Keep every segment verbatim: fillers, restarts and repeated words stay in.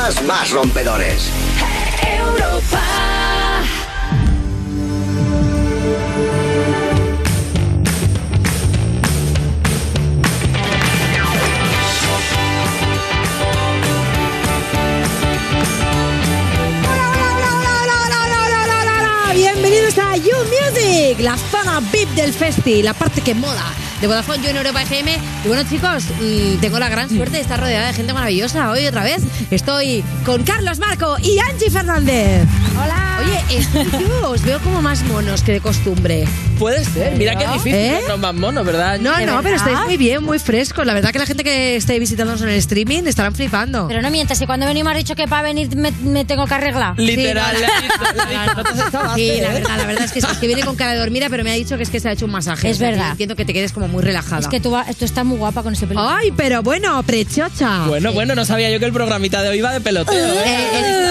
temas más rompedores. Europa. Bienvenidos a You Music, la zona V I P del Festi, la parte que mola de Vodafone You en Europa F M. Y bueno, chicos, mmm, tengo la gran suerte de estar rodeada de gente maravillosa. Hoy otra vez estoy con Carlos Marco y Angie Fernández. Hola. Oye, eh, yo os veo como más monos que de costumbre. Puede ser, mira qué difícil ¿Eh? vernos más monos, ¿verdad? No, no, verdad? pero estáis muy bien, muy frescos. La verdad que la gente que esté visitándonos en el streaming estarán flipando. Pero no mientas, si cuando venimos has dicho que para venir me, me tengo que arreglar. Literal, Sí, le ha dicho, le ha dicho, no te has estado Sí, hace, la ¿eh? verdad, la verdad es que, es que viene con cara de dormida, pero me ha dicho que es que se ha hecho un masaje. Es O sea, verdad. que entiendo que te quedes como muy relajada. Es que tú, va- tú estás muy guapa con ese pelo. Ay, pero bueno, prechocha. Bueno, bueno, no sabía yo que el programita de hoy iba de peloteo, ¿eh? Eh,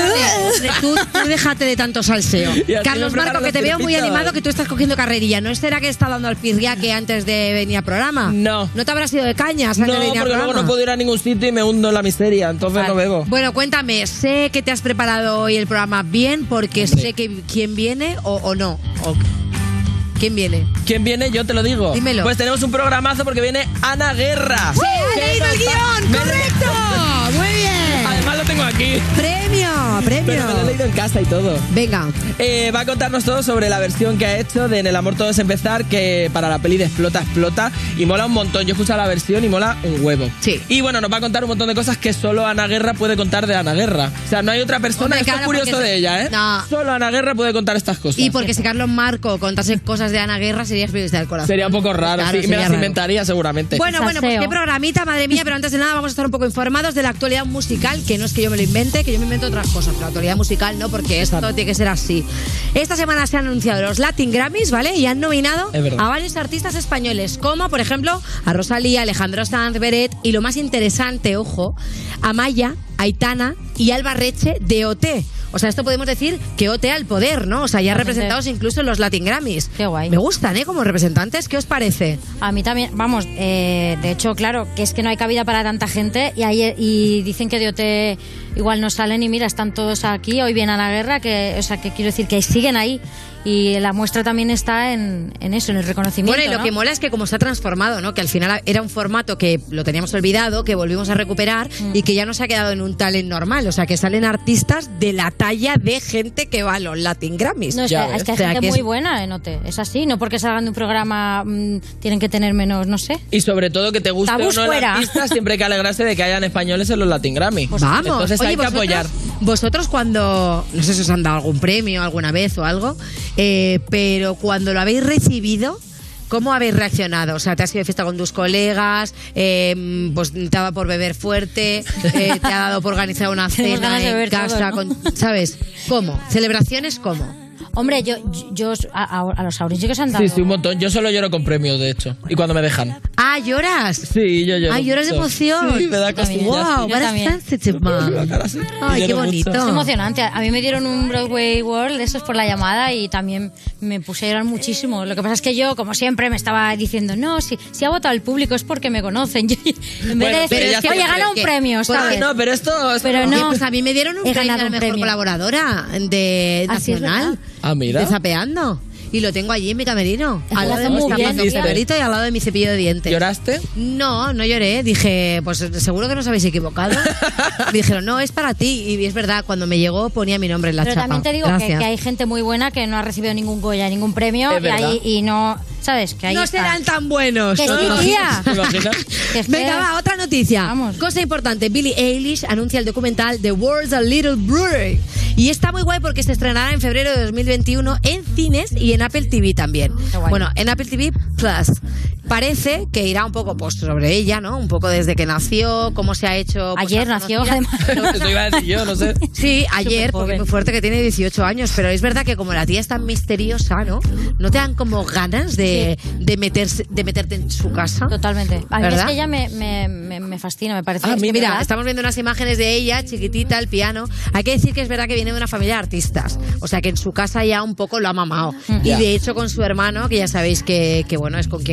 eh, tú, tú déjate de tanto salseo. Y así Carlos me preparo Marco, que te los veo muy circuitos. animado, que tú estás cogiendo carrerilla. ¿No será que está dando al pirriaque antes de venir al programa? No. ¿No te habrás ido de cañas antes No, de venir porque al programa? luego no puedo ir a ningún sitio y me hundo en la miseria, entonces Vale. no bebo. Bueno, cuéntame, sé que te has preparado hoy el programa bien porque Hombre. sé que quién viene o, o no. O- ¿Quién viene? ¿Quién viene? Yo te lo digo. Dímelo. Pues tenemos un programazo porque viene Ana Guerra. ¡Sí, he leído el guión! Me- ¡Correcto! ¡Muy bien! Además lo tengo aquí. ¡Premio! Pero me lo he ¡Premio! leído en casa y todo. Venga. Eh, va a contarnos todo sobre la versión que ha hecho de En el amor todo es empezar, que para la peli de Explota, Explota, y mola un montón. Yo he escuchado la versión y mola un huevo. Sí. Y bueno, nos va a contar un montón de cosas que solo Ana Guerra puede contar de Ana Guerra. O sea, no hay otra persona, Hombre, esto claro, es curioso porque de se- ella, ¿eh? No. Solo Ana Guerra puede contar estas cosas. Y porque si Carlos Marco contase cosas de Ana Guerra sería periodista del corazón. Sería un poco raro, Claro, sí, y me sería las raro. inventaría seguramente. Bueno, bueno, pues Salseo. qué programita, madre mía, pero antes de nada vamos a estar un poco informados de la actualidad musical, que no es que yo me lo invente, que yo me invento otras cosas, pero la actualidad musical no, porque esto tiene que ser así. Esta semana se han anunciado los Latin Grammys, ¿vale? Y han nominado Es verdad. a varios artistas españoles, como por ejemplo a Rosalía, Alejandro Sanz, Beret, y lo más interesante, ojo, a Maya, Aitana y Alba Reche de O T. O sea, esto podemos decir que O T al poder, ¿no? O sea, ya representados incluso en los Latin Grammys. Qué guay. Me gustan, ¿eh? Como representantes, ¿qué os parece? A mí también, vamos, eh, de hecho, claro, que es que no hay cabida para tanta gente y, hay, y dicen que de O T igual no salen y mira, están todos aquí, hoy viene Ana Guerra, que, o sea, que quiero decir que siguen ahí y la muestra también está en, en eso, en el reconocimiento. Bueno, y lo ¿no? que mola es que como se ha transformado, ¿no? Que al final era un formato que lo teníamos olvidado, que volvimos a recuperar Mm. y que ya no se ha quedado en un talent normal. O sea, que salen artistas de la talla de gente que va a los Latin Grammys. No, es, Ya que, ves. es que hay O sea, gente que muy es- buena en O T, es así, no porque salgan de un programa mm, tienen que tener menos, no sé. Y sobre todo que te guste Tabús o no el fuera. artista, siempre hay que alegrarse de que hayan españoles en los Latin Grammy. Pues Vamos. Entonces Oye, hay que vosotros- apoyar. Vosotros cuando, no sé si os han dado algún premio alguna vez o algo, eh, pero cuando lo habéis recibido, ¿cómo habéis reaccionado? O sea, ¿te has ido de fiesta con tus colegas? Eh, pues te ha dado por beber fuerte, eh, te ha dado por organizar una Tenemos cena ganas de en beber casa, todos, ¿no? con, ¿sabes? ¿Cómo? ¿Celebraciones cómo? Hombre, yo, yo a, a- a los Aurin sí que se han dado. Sí, sí, un montón. Yo solo lloro con premios, de hecho. Y cuando me dejan. Ah, ¿lloras? Sí, yo lloro. Ah, lloras de mucho. emoción. Sí, me da También. costillas. Wow, Yo what a también. sensitive man. La cara así. Ay, qué Lloro mucho. bonito. Es emocionante. A mí me dieron un Broadway World de esos por la llamada y también me puse a llorar muchísimo. Lo que pasa es que yo, como siempre, me estaba diciendo, no, si, si ha votado el público es porque me conocen. Yo- en vez Bueno, de pero decir, ya oye, siempre- gana un que- premio, pues, ¿sabes? Ah, no, pero esto es Pero como- no. Oye, pues a mí me dieron un He premio a ganado la un mejor premio. colaboradora de Así es Nacional. verdad. Ah, mira. De Zapeando. Y lo tengo allí en mi camerino. Es Al que lado lo de hace mi muy bien, zapato tía. favorito y al lado de mi cepillo de dientes. ¿Lloraste? No, no lloré. Dije, pues seguro que no os habéis equivocado. Me dijeron, no, es para ti. Y es verdad, cuando me llegó ponía mi nombre en la Pero chapa. también te digo que, Gracias. que hay gente muy buena que no ha recibido ningún Goya, ningún premio Es y, verdad. ahí, y no, ¿sabes? Que ahí No está. serán tan buenos. Que ¿no? sí, tía. ¿Te imaginas? Que es que- Venga, va, otra noticia. Vamos. Cosa importante, Billie Eilish anuncia el documental The World's a Little Blurry. Y está muy guay porque se estrenará en febrero de dos mil veintiuno en cines y en Apple T V también. Qué guay. Bueno, en Apple T V Plus. Parece que irá un poco pues, sobre ella, ¿no? Un poco desde que nació, cómo se ha hecho... pues, Ayer la nació, conocida. además. Eso iba a decir yo, no sé. Sí, ayer, Superjoven. porque es muy fuerte que tiene dieciocho años, pero es verdad que como la tía es tan misteriosa, ¿no? ¿No te dan como ganas de, de, meterse, de meterte en su casa? Totalmente. A mí ¿Verdad? es que ella me, me, me, me fascina, me parece. Ah, es que mira, ¿verdad? estamos viendo unas imágenes de ella, chiquitita, al piano. Hay que decir que es verdad que viene de una familia de artistas. O sea, que en su casa ya un poco lo ha mamado. Mm. Y Ya. de hecho con su hermano, que ya sabéis que, que bueno, es con quien componía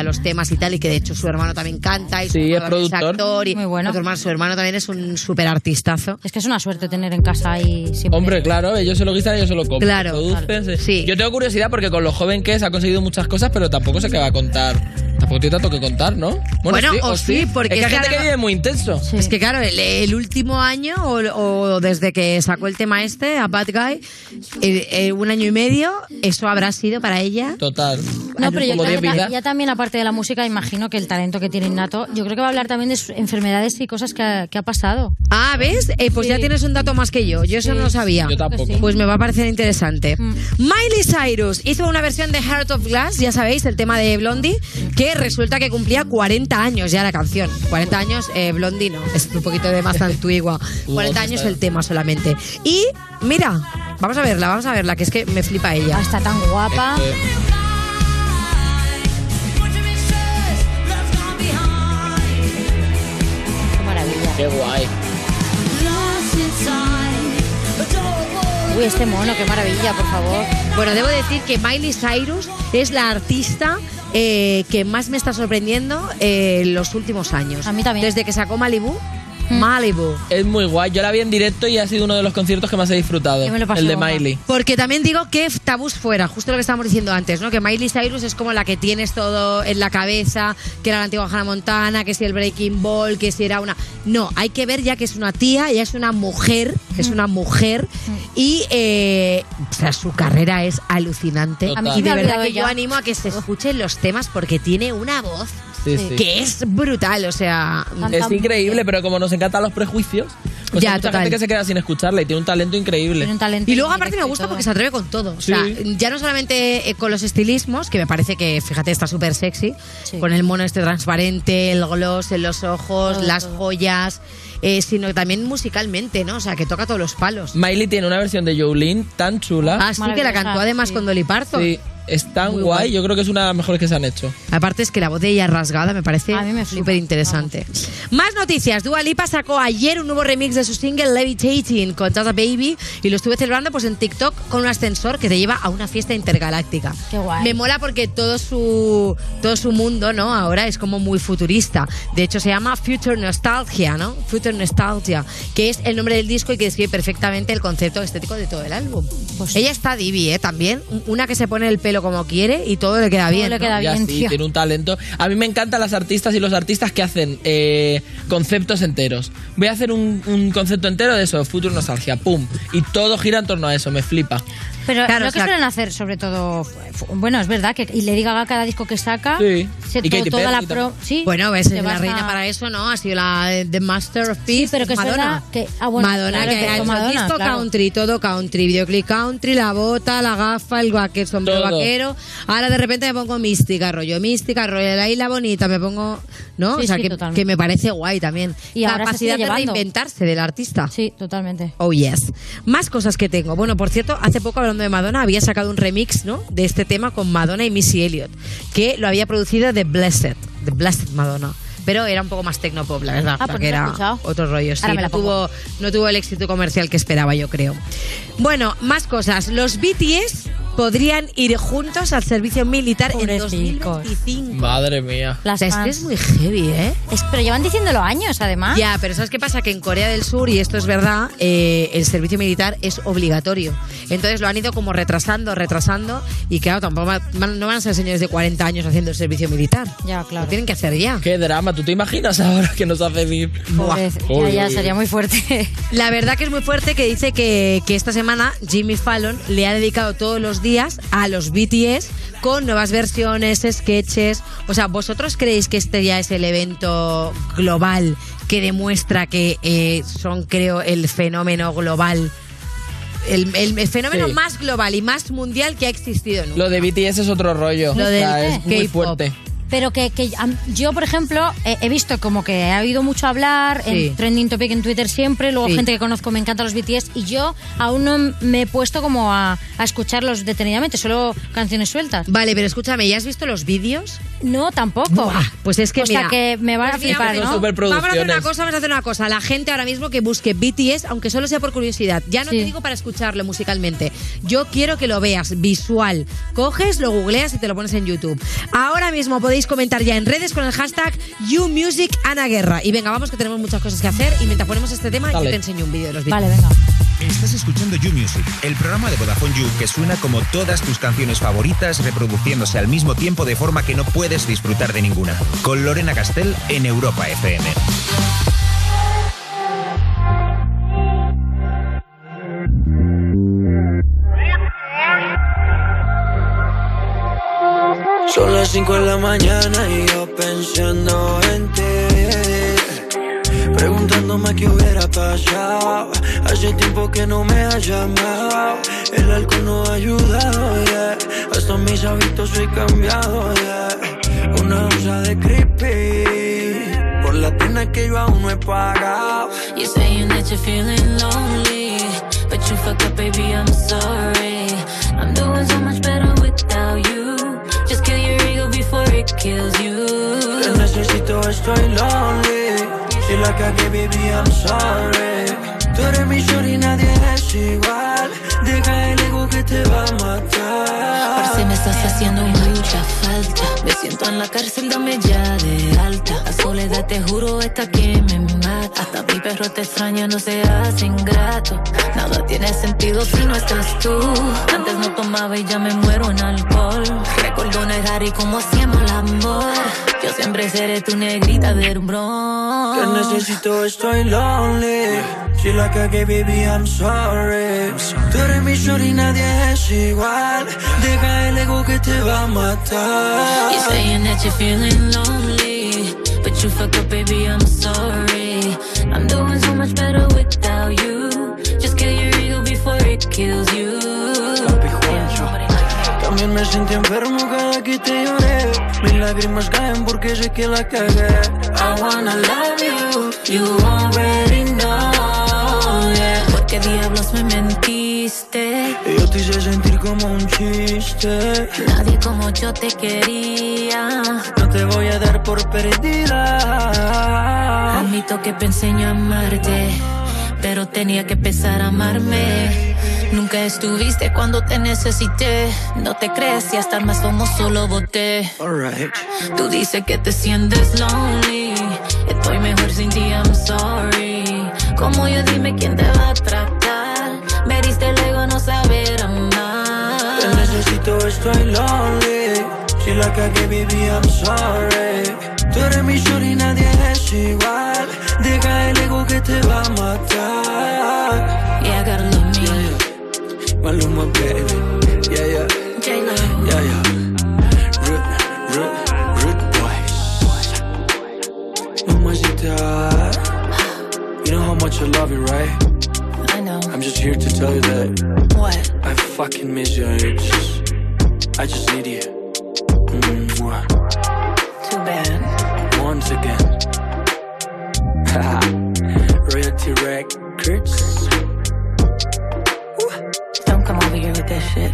escribía los temas y tal, y que de hecho su hermano también canta y su Sí, hermano es también productor. actor y Muy bueno. otro hermano, su hermano también es un súper artistazo. Es que es una suerte tener en casa ahí siempre. Hombre, claro, ellos se lo guisan, ellos se lo compran. Claro, producen, claro. sí. Sí. Yo tengo curiosidad porque con lo joven que es ha conseguido muchas cosas, pero tampoco sé qué va a contar. Tampoco tiene tanto que contar, ¿no? Bueno, o sí, porque es que es hay que gente que ahora- vive muy intenso. Sí. Es que claro, el, el último año o, o desde que sacó el tema este, a Bad Guy, eh, eh, un año y medio, eso habrá sido para ella. Total. No, pero yo Como creo diez que ta- vidas. ya también, aparte de la música, imagino que el talento que tiene innato, yo creo que va a hablar también de sus enfermedades y cosas que ha, que ha pasado. Ah, ¿ves? Eh, pues ya tienes un dato más que yo. Yo eso Sí. no lo sabía. Yo tampoco. Sí. Pues me va a parecer interesante. Mm. Miley Cyrus hizo una versión de Heart of Glass, ya sabéis, el tema de Blondie, que resulta que cumplía cuarenta años ya la canción. cuarenta años, eh, Blondie no, es un poquito de más antigua. cuarenta años el tema solamente. Y mira, vamos a verla, vamos a verla, que es que me flipa Ah, ella. está tan guapa. Eh, Qué maravilla. Qué guay. Uy, este mono, qué maravilla, por favor. Bueno, debo decir que Miley Cyrus es la artista eh, que más me está sorprendiendo eh, en los últimos años. A mí también. Desde que sacó Malibu. Mm. Malibu. Es muy guay. Yo la vi en directo y ha sido uno de los conciertos que más he disfrutado. Yo me lo pasé El de bomba. Miley. Porque también digo que tabús fuera, justo lo que estábamos diciendo antes, ¿no? Que Miley Cyrus es como la que tienes todo en la cabeza, que era la antigua Hannah Montana, que si el Breaking Ball, que si era una... No, hay que ver ya que es una tía, ella es una mujer, es una mujer y eh, o sea, su carrera es alucinante. Total. Y de Me he verdad olvidado que yo ya. animo a que se escuchen los temas porque tiene una voz Sí, Sí. sí. que es brutal, o sea... Canta Es muy increíble, bien. pero como nos encantan los prejuicios, pues Ya, hay mucha total. gente que se queda sin escucharla y tiene un talento increíble. Tiene un talento. Y luego aparte me directo y gusta todo. porque se atreve con todo. O Sí. sea, ya no solamente eh, con los estilismos, que me parece que, fíjate, está súper sexy, Sí. con el mono este transparente, el gloss en los ojos, Todo, las todo. joyas, eh, sino que también musicalmente, ¿no? O sea, que toca todos los palos. Miley tiene una versión de Jolene tan chula. Ah, sí, que la Maravillosa, cantó además sí. con Dolly Parton. Sí, es tan Muy guay. guay. Yo creo que es una de las mejores que se han hecho. Aparte es que la voz de ella rasgada me parece A mí me flipa. súper interesante. Más noticias. Dua Lipa sacó ayer un nuevo remix de su single Levitating con Tata Baby y lo estuve celebrando pues en TikTok con un ascensor que te lleva a una fiesta intergaláctica. Qué guay. Me mola porque todo su todo su mundo, ¿no? Ahora es como muy futurista. De hecho se llama Future Nostalgia, ¿no? Future Nostalgia, que es el nombre del disco y que describe perfectamente el concepto estético de todo el álbum. Pues- Ella está divi, ¿eh? También una que se pone el pelo como quiere y todo le queda bien. le ¿no? queda Ya bien, sí, tío. tiene un talento. A mí me encantan las artistas y los artistas que hacen eh, conceptos enteros. Voy a hacer un, un concepto entero de eso, Future Nostalgia, pum. Y todo gira en torno a eso, me flipa. Pero Claro, lo o que sea- suelen hacer, sobre todo, fu- bueno, es verdad que y Lady Gaga cada disco que saca, Sí. se- Y to- Katy toda Perry la también. pro, sí, Bueno, ves, te la vas reina a- para eso, ¿no? Ha sido la de The Master of Peace. Sí, pero que es Madonna. verdad que- ah, bueno, Madonna, claro, que que ha con hecho Madonna, disco claro. country, todo country, videoclip country, la bota, la gafa, el vaquero, sombrero Todo. vaquero. Ahora de repente me pongo mística, rollo mística, rollo de la isla bonita, me pongo, ¿no? Sí, o sea, sí, que, totalmente. que me parece guay también. Y ahora se Capacidad sigue de llevando. reinventarse del artista. Sí, totalmente. Oh, yes. Más cosas que tengo. Bueno, por cierto, hace poco hablando de Madonna, había sacado un remix, ¿no? De este tema con Madonna y Missy Elliott, que lo había producido The Blessed, The Blessed Madonna. Pero era un poco más tecnopop, la verdad, Ah, pues porque no lo he era escuchado. otro rollo. Sí, Ahora me la no, tuvo, no tuvo el éxito comercial que esperaba, yo creo. Bueno, más cosas. Los B T S podrían ir juntos al servicio militar en dos mil Pobrecicos. veinticinco. Madre mía. O Las sea, es que fans. es muy heavy, ¿eh? Es- pero llevan diciéndolo años, además. Ya, pero ¿sabes qué pasa? Que en Corea del Sur, y esto es verdad, eh, el servicio militar es obligatorio. Entonces lo han ido como retrasando, retrasando, y claro, tampoco va- van- no van a ser señores de cuarenta años haciendo el servicio militar. Ya, claro. Lo tienen que hacer ya. Qué drama. ¿Tú te imaginas ahora que nos hace vivir? Pobre- Buah. ya, ya, Uy, sería muy fuerte. La verdad que es muy fuerte que dice que, que esta semana Jimmy Fallon le ha dedicado todos los días a los B T S con nuevas versiones, sketches. O sea, ¿vosotros creéis que este ya es el evento global que demuestra que eh, son, creo, el fenómeno global? El, el- el fenómeno Sí. más global y más mundial que ha existido nunca. Lo de B T S es otro rollo. Lo O de sea, es muy K-pop. fuerte. Pero que, que am- yo, por ejemplo, he, he visto como que ha habido mucho hablar Sí. en Trending Topic en Twitter siempre, luego Sí. gente que conozco me encanta los B T S y yo aún no me he puesto como a, a escucharlos detenidamente, solo canciones sueltas. Vale, pero escúchame, ¿ya has visto los vídeos? No, tampoco. Buah, pues es que o mira, sea que me van a pues mira, flipar, pues ¿no? súper- Vamos a hacer una Superproducciones. cosa, vamos a hacer una cosa. La gente ahora mismo que busque B T S, aunque solo sea por curiosidad. Ya no Sí. te digo para escucharlo musicalmente. Yo quiero que lo veas visual. Coges, lo googleas y te lo pones en YouTube. Ahora mismo podéis podéis comentar ya en redes con el hashtag YouMusicAnaGuerra. Y venga, vamos que tenemos muchas cosas que hacer. Y mientras ponemos este tema, Dale. yo te enseño un vídeo de los vídeos. Vale, venga. Estás escuchando You Music, el programa de Vodafone You que suena como todas tus canciones favoritas reproduciéndose al mismo tiempo de forma que no puedes disfrutar de ninguna. Con Lorena Castell en Europa F M. Son las cinco de la mañana y yo pensando en ti, preguntándome qué hubiera pasado. Hace tiempo que no me has llamado. El alcohol no ha ayudado, yeah. Hasta mis hábitos he cambiado, yeah. Una onza de creepy por la pena que yo aún no he pagado. You're saying that you're feeling lonely, but you fucked up, baby, I'm sorry. I'm doing so much better without you. Just kill your ego before it kills you. Te necesito, estoy lonely. Si la cagué, baby, I'm sorry. Tú eres mi shorty y nadie es igual. Deja el ego que te va a matar. Parce, me estás haciendo mucha falta. Me siento en la cárcel, dame ya de alta. La soledad, te juro, esta que me mata. Hasta mi perro te extraña, no seas ingrato. Nada tiene sentido si no estás tú. Antes no tomaba y ya me muero en alcohol. Recuerdo negar y cómo hacíamos el amor. Yo siempre seré tu negrita del bron. Te necesito, estoy lonely. Si la cagué, baby, I'm sorry. Tú eres mi shorty y nadie es igual. Deja el ego que te va a matar. You're saying that you're feeling lonely, but you fucked up, baby, I'm sorry. I'm doing so much better without you. Just kill your ego before it kills you. Papi Juancho. También me sentí enfermo cada que te lloré. Mis lágrimas caen porque sé que la cagué. I wanna love you, you already know, yeah. ¿Por qué diablos me mentiste? Yo te hice sentir como un chiste. Nadie como yo te quería. No te voy a dar por perdida. Admito que pensé en amarte, pero tenía que empezar a amarme. Nunca estuviste cuando te necesité. No te crees y hasta más famoso lo boté. Alright. Tú dices que te sientes lonely. Estoy mejor sin ti, I'm sorry. Como yo, dime quién te va a tratar. Me diste el ego, no saber amar. Te necesito, estoy lonely. Si la cagué, baby, I'm sorry. Tú eres mi shorty y nadie es igual. Deja el ego que te va a matar. Yeah, I gotta love me. Maluma, baby. Yeah, yeah. J-Lo. Yeah, yeah. Rude, rude, rude boys. Mamacita. You know how much I love you, right? I know. I'm just here to tell you that What? I fucking miss you. I just, I just need you. Mwah. Too bad. Once again. Royalty Records. Don't come over here with that shit.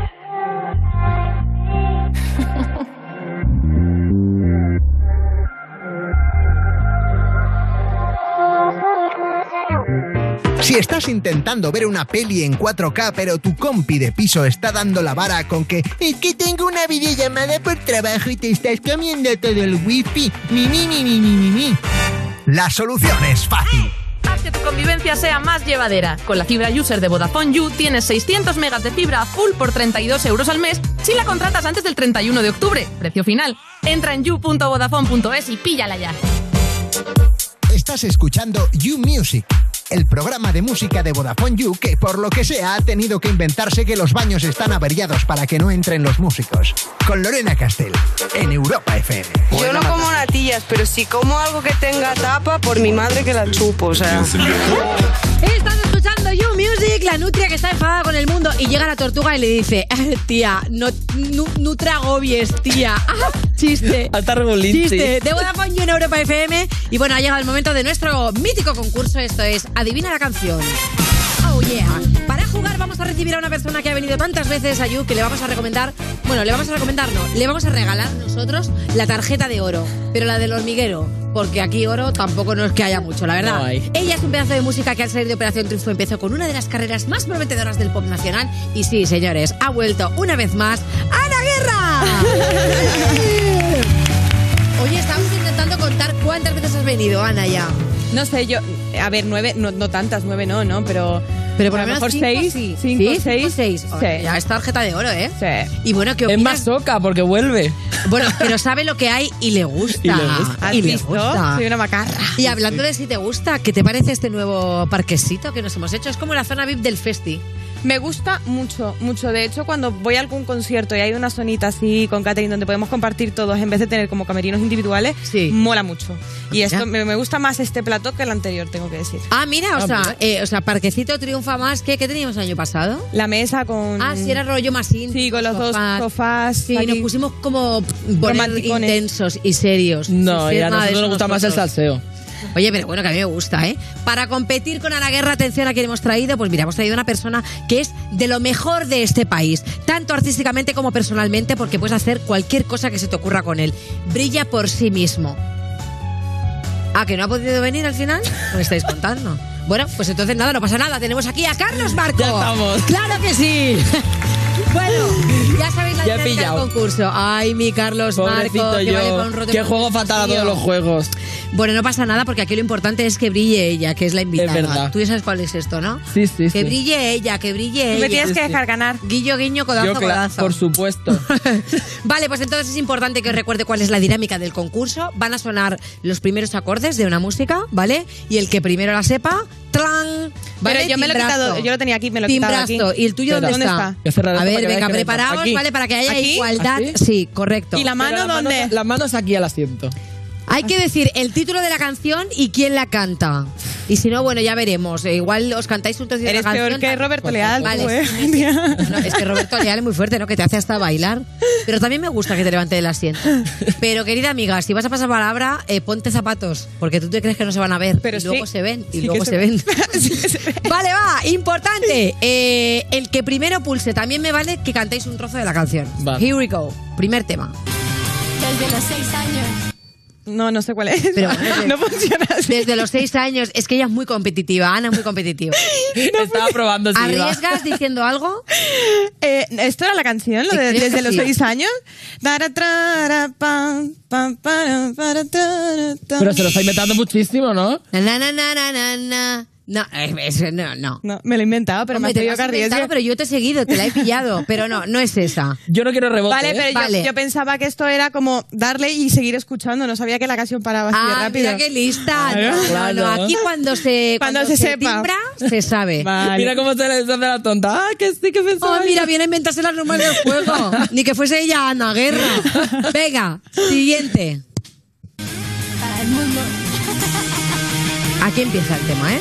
Si estás intentando ver una peli en cuatro K, pero tu compi de piso está dando la vara con que es que tengo una videollamada por trabajo y te estás comiendo todo el wifi, mi, mi, mi, mi, mi, mi, mi. La solución es fácil. Haz que tu convivencia sea más llevadera. Con la fibra user de Vodafone You tienes seiscientos megas de fibra full por treinta y dos euros al mes si la contratas antes del treinta y uno de octubre. Precio final. Entra en you punto vodafone punto es y píllala ya. Estás escuchando You Music, el programa de música de Vodafone You que, por lo que sea, ha tenido que inventarse que los baños están averiados para que no entren los músicos. Con Lorena Castell, en Europa F M. Yo no como natillas, pero si como algo que tenga tapa, por mi madre que la chupo, o sea. Estás escuchando You Music, la nutria que está enfadada con el mundo y llega la tortuga y le dice, eh, tía, no, no, no te agobies, tía. Ah, chiste. Alta rebolín, Chiste. sí. De Vodafone You en Europa F M. Y bueno, ha llegado el momento de nuestro mítico concurso. Esto es Adivina la canción. Oh yeah. Para jugar vamos a recibir a una persona que ha venido tantas veces a You que le vamos a recomendar, bueno, le vamos a recomendar no, le vamos a regalar nosotros la tarjeta de oro, pero la del hormiguero, porque aquí oro tampoco no es que haya mucho, la verdad. No hay. Ella es un pedazo de música que al salir de Operación Triunfo empezó con una de las carreras más prometedoras del pop nacional y sí, señores, ha vuelto una vez más Ana Guerra. Oye, estamos intentando contar cuántas veces has venido, Ana, ya. No sé, yo... A ver, nueve, no, no tantas, nueve no, ¿no? Pero... Pero por a lo lo menos mejor cinco, seis, sí. cinco, ¿Sí? seis. Cinco, seis. Sí. Oh, ya es tarjeta de oro, ¿eh? Sí. Y bueno, ¿qué Es opinas? más soca porque vuelve. Bueno, pero sabe lo que hay y le gusta. Y le gusta. ¿Has Y le visto? gusta. Soy una macarra. Y hablando de si te gusta, ¿qué te parece este nuevo parquecito que nos hemos hecho? Es como la zona V I P del Festi. Me gusta mucho, mucho. De hecho, cuando voy a algún concierto y hay una zonita así con catering donde podemos compartir todos en vez de tener como camerinos individuales, Sí. mola mucho. Y mira. esto me, me gusta más este plató que el anterior, tengo que decir. Ah, mira, o Ah, sea, mira. eh, o sea, parquecito triunfa más que ¿qué teníamos el año pasado? La mesa con... Ah, sí, era rollo más íntimo. Sí, con los dos sofás. Sí, aquí. nos pusimos como poner Romanticones. intensos y serios. No, Sí, y a nada de nosotros eso nos gusta más el nosotros. salseo. Oye, pero bueno, que a mí me gusta, ¿eh? Para competir con Ana Guerra, atención a quién hemos traído. Pues mira, hemos traído una persona que es de lo mejor de este país, tanto artísticamente como personalmente, porque puedes hacer cualquier cosa que se te ocurra con él. Brilla por sí mismo. Ah, ¿que no ha podido venir al final? ¿Me estáis contando? Bueno, pues entonces nada, no pasa nada. Tenemos aquí a Carlos Marco. Ya estamos. ¡Claro que sí! Bueno, ya sabéis la Ya he dinámica del pillado. concurso. Ay, mi Carlos Pobrecito Marco, que yo. vale con un roto Que con juego un fatal a tío. todos los juegos. Bueno, no pasa nada porque aquí lo importante es que brille ella, que es la invitada. verdad. Tú ya sabes cuál es esto, ¿no? Sí, sí, Que sí. brille ella, que brille Tú ella. me tienes Sí, que sí. dejar ganar. Guillo, guiño, codazo, Yo, cla- codazo. por supuesto. Vale, pues entonces es importante que os recuerde cuál es la dinámica del concurso. Van a sonar los primeros acordes de una música, ¿vale? Y el que primero la sepa, ¡tlan! ¿Vale? Pero yo me lo he Timbrazo. quitado, yo lo tenía aquí, me lo he quitado aquí. Timbrazo. ¿Y el tuyo Espera, dónde, ¿dónde está? está? Voy a cerrar A esto ver, para que venga, veáis que me preparaos, aquí. ¿vale? Para que haya ¿Aquí? igualdad. ¿Así? Sí, correcto. ¿Y la mano Pero las dónde? manos- Las manos aquí al asiento. Hay que decir el título de la canción y quién la canta. Y si no, bueno, ya veremos. Eh, Igual os cantáis un trocito de Eres la canción. peor que Roberto Leal, Vale, tú, ¿eh? sí, sí. No, es que Roberto Leal es muy fuerte, ¿no? Que te hace hasta bailar. Pero también me gusta que te levante del asiento. Pero, querida amiga, si vas a pasar palabra, eh, ponte zapatos. Porque tú te crees que no se van a ver. Pero y sí. luego se ven. Y Sí luego que se, se ven. Sí que se ven. Vale, va. Importante. Eh, el que primero pulse. También me vale que cantéis un trozo de la canción. Vale. Here we go. Primer tema. Desde los seis años. No, no sé cuál es. Pero bueno, no funciona así. Desde los seis años. Es que ella es muy competitiva. Ana es muy competitiva. Estaba probando si iba. ¿Arriesgas diciendo algo? Eh, ¿Esto era la canción? ¿Lo de- Creo que desde los sí. seis años? Tara, trara, pam, pam, para, para, tara, tam. Pero se lo está inventando muchísimo, ¿no? Na, na, na, na, na, na, na. No, eh, eso no, no. No, me lo he inventado, pero Hombre, me ha te pedido lo que has inventado, arriesgue. pero yo te he seguido, te la he pillado. Pero no, no es esa. Yo no quiero rebote. Vale, ¿eh? pero yo- Vale. Yo, pensaba que esto era como darle y seguir escuchando. No sabía que la canción paraba así de Ah, rápido. mira qué lista. Claro, No, no, claro. no. Aquí cuando se, Cuando se sepa. timbra, se sabe. Vale. Mira cómo se le hace la tonta. Ah, que sí, que pensaba. Oh, mira, viene a inventarse las normas del juego. Ni que fuese ella Ana Guerra. Venga, siguiente. Para el mundo. Aquí empieza el tema, ¿eh?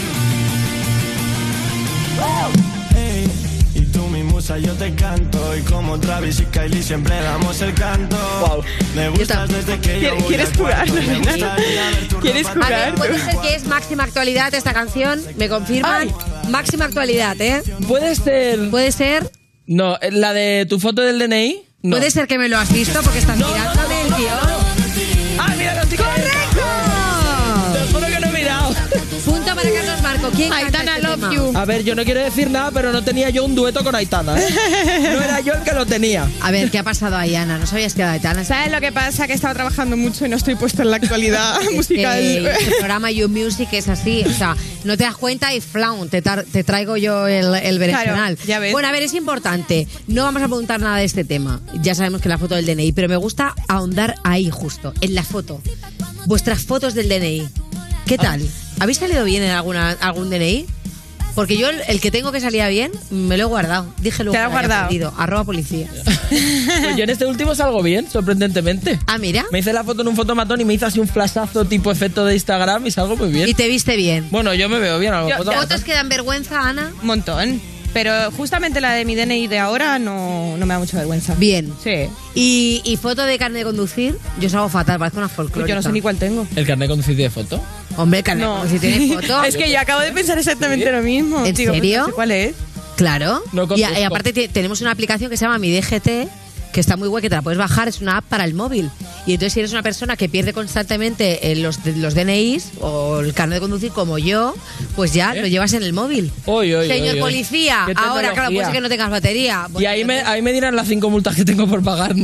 Ey, y tú mi musa yo te canto y como Travis y Kylie siempre damos el canto. Wow. Me gustas Yo desde que yo voy ¿Quieres al cuarto. curar, Me Nina? gustaría ver tu ¿Quieres ropa A ver, Claro. puede ser que es máxima actualidad esta canción. ¿Me confirman? Máxima actualidad, ¿eh? Puede ser. Puede ser. No, la de tu foto del D N I. No. Puede ser que me lo has visto porque estás mirándome el guión. Ah, mira, no estoy ¡Correcto! Te juro que no he mirado. Punto para Carlos Marco. ¿Quién canta Aitana, este love tema? you. A ver, yo no quiero decir nada, pero no tenía yo un dueto con Aitana, ¿eh? No era yo el que lo tenía. A ver, ¿qué ha pasado ahí, Ana? No sabías que era Aitana. ¿Sabes lo que pasa? Que he estado trabajando mucho y no estoy puesto en la actualidad Es musical. que este programa You Music es así, o sea, no te das cuenta y flaun, te, tar- te traigo yo el, el berenjenal. Claro, ya ves. Bueno, a ver, es importante, no vamos a preguntar nada de este tema, ya sabemos que la foto del D N I, pero me gusta ahondar ahí justo, en la foto, vuestras fotos del D N I. ¿Qué tal? ¿Habéis salido bien en alguna, algún D N I? Porque yo el, el que tengo que salía bien, me lo he guardado. Dije luego ¿Te lo has que había guardado? perdido. Arroba policía. Pues yo en este último salgo bien, sorprendentemente. Ah, mira. Me hice la foto en un fotomatón y me hice así un flashazo tipo efecto de Instagram y salgo muy bien. Y te viste bien. Bueno, yo me veo bien. A lo Yo- mejor- ¿Fotos que dan vergüenza, Ana? Un montón. Pero justamente la de mi D N I de ahora no, no me da mucha vergüenza. Bien. Sí. Y, y foto de carne de conducir, yo salgo fatal, parece una Pues folclórica. yo no sé ni cuál tengo. ¿El carnet de conducir de foto? Hombre, carne de No. conducir tiene foto. Es que yo acabo de pensar exactamente lo mismo. ¿En Digo, pues serio? no sé cuál es. Claro. No y, conduzco. y aparte te- tenemos una aplicación que se llama Mi D G T, que está muy guay, que te la puedes bajar, es una app para el móvil. Y entonces si eres una persona que pierde constantemente eh, los, los D N Is o el carnet de conducir como yo, pues ya ¿Eh? lo llevas en el móvil. Uy, uy, Señor uy, uy. Policía, Qué ahora claro, tecnología. puede ser que no tengas batería. Y Bueno, ahí me, entonces- ahí me dirán las cinco multas que tengo por pagar, ¿no?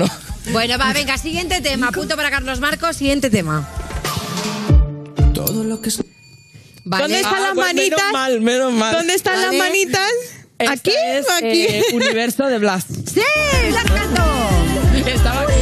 Bueno, va, venga, siguiente tema. Punto para Carlos Marcos, siguiente tema. Todo lo que es... Vale. ¿Dónde están Ah, las pues manitas? Menos mal, menos mal. ¿Dónde están Vale. las manitas? Esta ¿Aquí es, o aquí? eh, universo de Blast. ¡Sí! ¡La canto! Estaba aquí.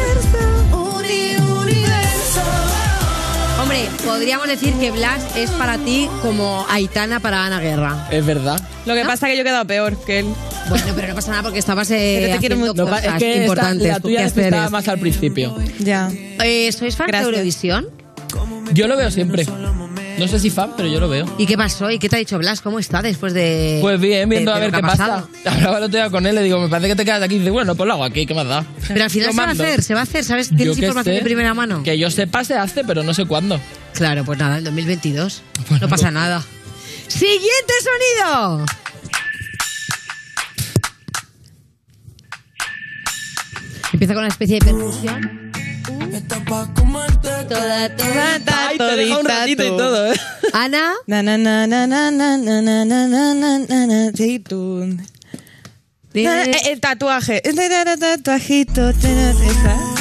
Hombre, podríamos decir que Blas es para ti como Aitana para Ana Guerra. Es verdad. Lo que ¿No? pasa es que yo he quedado peor que él. Bueno, pero no pasa nada porque estabas eh, Pero te quiero haciendo mucho. No, cosas es que esta- importantes. la ¿tú tuya qué estaba haces? más al principio. Ya. Eh, ¿Sois fan Gracias. de Eurovisión? Yo lo veo siempre. No sé si fan, pero yo lo veo. ¿Y qué pasó? ¿Y qué te ha dicho Blas? ¿Cómo está después de...? Pues bien, viendo de- a de ver lo qué que ha pasa. pasado? Hablaba el otro día con él, le digo, me parece que te quedas aquí. Y dice, bueno, pues lo hago aquí, ¿qué más da? Pero al final Lo se va a mando. hacer, se va a hacer, ¿sabes? Yo ¿Tienes qué información sé. de primera mano? Que yo sepa se hace, pero no sé cuándo. Claro, pues nada, en dos mil veintidós. Bueno, no pasa pues- nada. ¡Siguiente sonido! Empieza con una especie de percusión. Toda, toda, Ay, te deja un ratito y todo, ¿eh? Ana. Na, na, na, na, na, na, na, na, na, na, na, na, sí, tú. Na, eh, El tatuaje. El tatuajito. Sí, ¿no?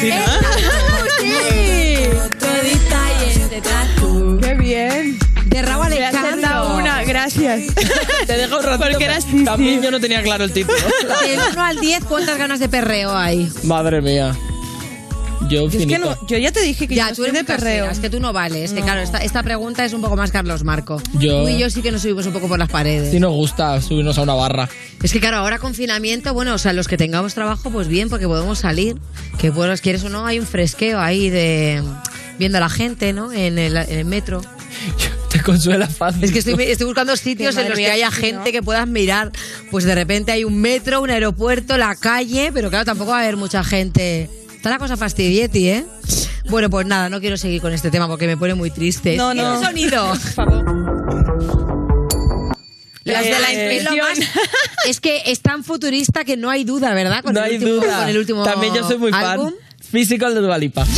¡Sí! Todita y de tatu. ¡Qué bien! De Raúl Me has dado Alejandro. una, gracias. Te deja un ratito. Porque era pero así, También sí. yo no tenía claro el título. Del uno al diez, ¿cuántas ganas de perreo hay? Madre mía. Yo Yo, es finito. que no, yo ya te dije que Ya, yo tú soy eres de muy perreo. perreo. Es que tú no vales. Que No. claro, esta, esta pregunta es un poco más Carlos Marco. Yo- Tú y yo sí que nos subimos un poco por las paredes. Si nos gusta subirnos a una barra. Es que claro, ahora confinamiento, bueno, o sea, los que tengamos trabajo, pues bien, porque podemos salir. Que pues, quieres o no, hay un fresqueo ahí de viendo a la gente, ¿no? En el, en el metro. Te consuela fácil. Es que estoy, estoy buscando sitios Qué en los que madre haya mía, sí, gente ¿no? que puedas mirar. Pues de repente hay un metro, un aeropuerto, la calle, pero claro, tampoco va a haber mucha gente. Está la cosa fastidieti, ¿eh? Bueno, pues nada, no quiero seguir con este tema porque me pone muy triste. No, no. ¿Qué sonido? Por favor. Las de la Eh, es lo más- es que es tan futurista que no hay duda, ¿verdad? Con No el hay último, duda. Con el último También yo soy muy álbum. fan. Physical de Dua Lipa.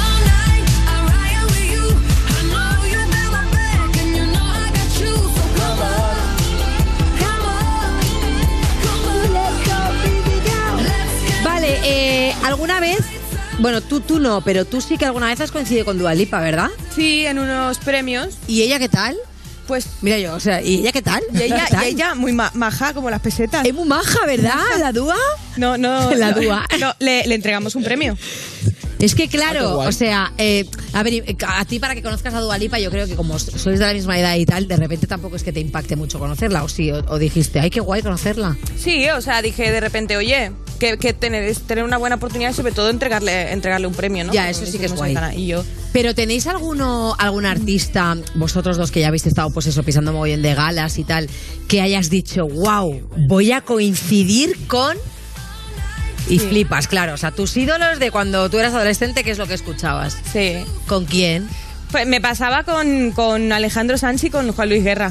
Vale, eh, ¿alguna vez? Bueno, tú, tú no, pero tú sí que alguna vez has coincidido con Dua Lipa, ¿verdad? Sí, en unos premios. ¿Y ella qué tal? Pues. Mira yo, o sea, ¿y ella qué tal? Y ella, ¿Qué tal? y ella muy ma- maja, como las pesetas. Es muy maja, ¿verdad? La Dua. No, no. La no, Dua. No, le, le entregamos un premio. Es que Ah, qué claro, guay. o sea, eh, a ver, y- a ti para que conozcas a Dua Lipa, yo creo que como sois de la misma edad y tal, de repente tampoco es que te impacte mucho conocerla, o sí, o, o dijiste, ay, qué guay conocerla. Sí, o sea, dije de repente, oye, que, que tener, es tener una buena oportunidad y sobre todo entregarle, entregarle un premio, ¿no? Ya, Como eso sí que es hicimos guay. Aitana Y yo. Pero ¿tenéis alguno, algún artista, vosotros dos que ya habéis estado, pues eso, pisando mogollón de galas y tal, que hayas dicho, wow, voy a coincidir con... Y Sí. flipas, claro, o sea, tus ídolos de cuando tú eras adolescente, ¿qué es lo que escuchabas? Sí. ¿Con quién? Pues me pasaba con, con Alejandro Sanz y con Juan Luis Guerra.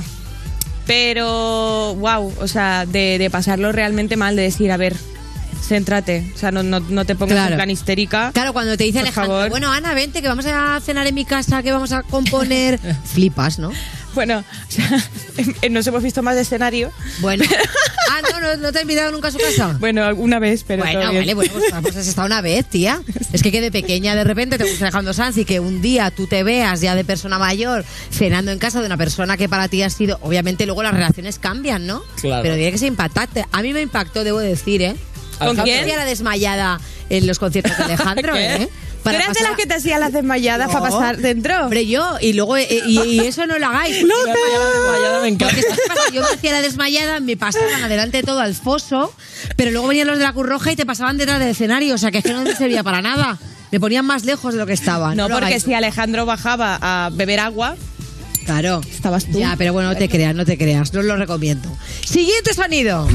Pero, wow, o sea, de, de pasarlo realmente mal, de decir, a ver, céntrate, o sea, no, no, no te pongas Claro. en plan histérica. Claro, cuando te dice Por Alejandro, favor. bueno, Ana, vente, que vamos a cenar en mi casa, que vamos a componer... Flipas, ¿no? Bueno, o sea, nos hemos visto más de escenario. Bueno. Ah, no, no, no te he invitado nunca a su casa. Bueno, alguna vez, pero Bueno, todo bien. vale, bueno, pues, pues has estado una vez, tía. Es que que de pequeña de repente te gusta Alejandro Sanz y que un día tú te veas ya de persona mayor cenando en casa de una persona que para ti ha sido... Obviamente luego las relaciones cambian, ¿no? Claro. Pero tiene que ser impactante. A mí me impactó, debo decir, ¿eh? ¿Con Yo quién? hacía la desmayada en los conciertos de Alejandro, ¿Qué? ¿eh? ¿Tú eras de pasar- las que te hacías las desmayadas No. para pasar dentro? Hombre, yo, y luego, eh, y, y eso no lo hagáis. La desmayada me encanta. Porque ¿sabes qué pasa? Yo me hacía la desmayada, me pasaban adelante de todo al foso, pero luego venían los de la Cruz Roja y te pasaban detrás del escenario, o sea que es que no me servía para nada. Me ponían más lejos de lo que estaban. No, lo porque hagáis. si Alejandro bajaba a beber agua, Claro. estabas tú. Ya, pero bueno, no te creas, no te creas, no os lo recomiendo. Siguiente sonido.